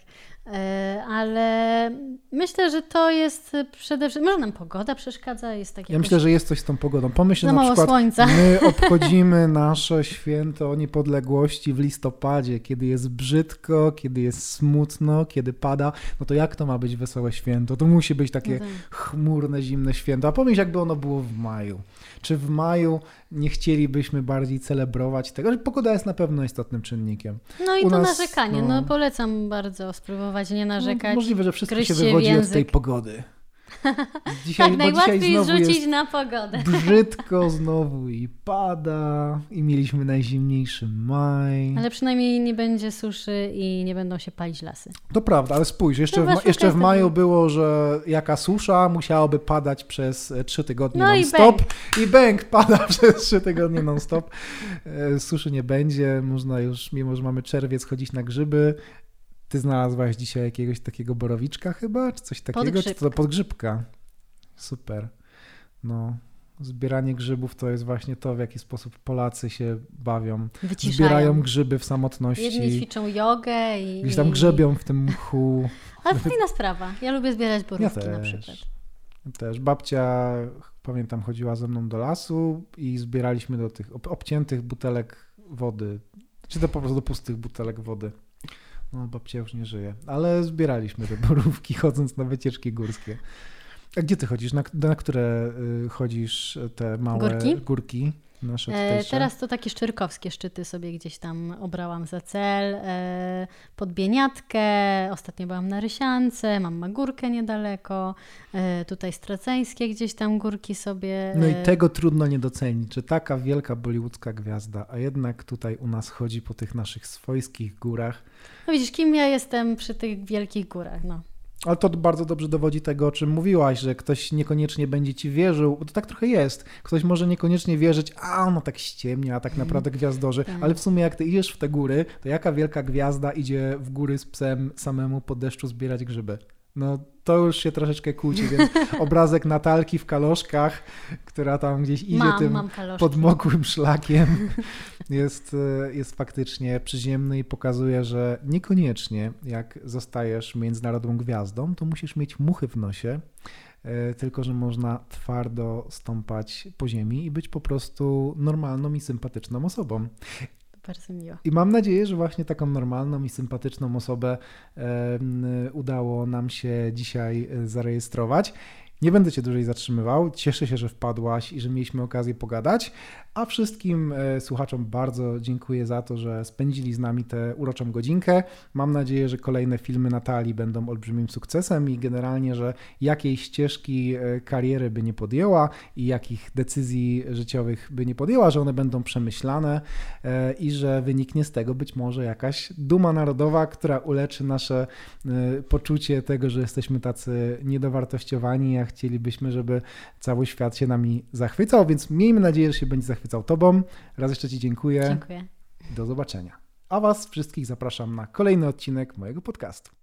Ale myślę, że to jest przede wszystkim... Może nam pogoda przeszkadza? Ja myślę, że jest coś z tą pogodą. Pomyśl za na mało przykład, słońca. My obchodzimy nasze święto niepodległości w listopadzie, kiedy jest brzydko, kiedy jest smutno, kiedy pada. No to jak to ma być wesołe święto? To musi być takie chmurne, zimne święto. A pomyśl, jakby ono było w maju. Czy w maju nie chcielibyśmy bardziej celebrować tego? Pogoda jest na pewno istotnym czynnikiem. No i to narzekanie. No polecam bardzo spróbować nie narzekać. Możliwe, że wszystko się wywodzi od tej pogody. Dzisiaj, tak, najłatwiej zrzucić na pogodę. Brzydko znowu i pada i mieliśmy najzimniejszy maj. Ale przynajmniej nie będzie suszy i nie będą się palić lasy. To prawda, ale spójrz, jeszcze w maju było, że jaka susza musiałoby padać przez 3 tygodnie non-stop i bęk pada przez 3 tygodnie non-stop. Suszy nie będzie, można już, mimo że mamy czerwiec, chodzić na grzyby. Ty znalazłaś dzisiaj jakiegoś takiego borowiczka chyba, czy coś takiego? Podgrzybka. Czy to podgrzybka? Super. No, zbieranie grzybów to jest właśnie to, w jaki sposób Polacy się bawią. Wyciszają. Zbierają grzyby w samotności. Jedni ćwiczą jogę i... Gdzieś tam grzebią w tym mchu. Ale fajna sprawa. Ja lubię zbierać borówki na przykład. Ja też. Babcia, pamiętam, chodziła ze mną do lasu i zbieraliśmy do tych obciętych butelek wody. Czy to po prostu do pustych butelek wody. No, babcia już nie żyje, ale zbieraliśmy te borówki, chodząc na wycieczki górskie. A gdzie ty chodzisz? Na które chodzisz te małe górki nasze tutejsze? Teraz to takie sztyrkowskie szczyty sobie gdzieś tam obrałam za cel. Pod Bieniatkę, ostatnio byłam na Rysiance, mam Magórkę niedaleko, tutaj Straceńskie gdzieś tam górki sobie. No i tego trudno nie docenić, że taka wielka bollywoodzka gwiazda, a jednak tutaj u nas chodzi po tych naszych swojskich górach. No widzisz, kim ja jestem przy tych wielkich górach, no. Ale to bardzo dobrze dowodzi tego, o czym mówiłaś, że ktoś niekoniecznie będzie ci wierzył, bo to tak trochę jest. Ktoś może niekoniecznie wierzyć, a ono tak ściemnia, a tak naprawdę gwiazdorzy. Ale w sumie jak ty idziesz w te góry, to jaka wielka gwiazda idzie w góry z psem samemu po deszczu zbierać grzyby? No to już się troszeczkę kłóci, więc obrazek Natalki w kaloszkach, która tam gdzieś idzie tym podmokłym szlakiem, jest faktycznie przyziemny i pokazuje, że niekoniecznie jak zostajesz międzynarodową gwiazdą, to musisz mieć muchy w nosie, tylko że można twardo stąpać po ziemi i być po prostu normalną i sympatyczną osobą. Bardzo miło. I mam nadzieję, że właśnie taką normalną i sympatyczną osobę udało nam się dzisiaj zarejestrować. Nie będę Cię dłużej zatrzymywał. Cieszę się, że wpadłaś i że mieliśmy okazję pogadać. A wszystkim słuchaczom bardzo dziękuję za to, że spędzili z nami tę uroczą godzinkę. Mam nadzieję, że kolejne filmy Natalii będą olbrzymim sukcesem i generalnie, że jakiej ścieżki kariery by nie podjęła i jakich decyzji życiowych by nie podjęła, że one będą przemyślane i że wyniknie z tego być może jakaś duma narodowa, która uleczy nasze poczucie tego, że jesteśmy tacy niedowartościowani, a chcielibyśmy, żeby cały świat się nami zachwycał, więc miejmy nadzieję, że się będzie zachwycał Tobą. Raz jeszcze Ci dziękuję. Dziękuję. Do zobaczenia. A Was wszystkich zapraszam na kolejny odcinek mojego podcastu.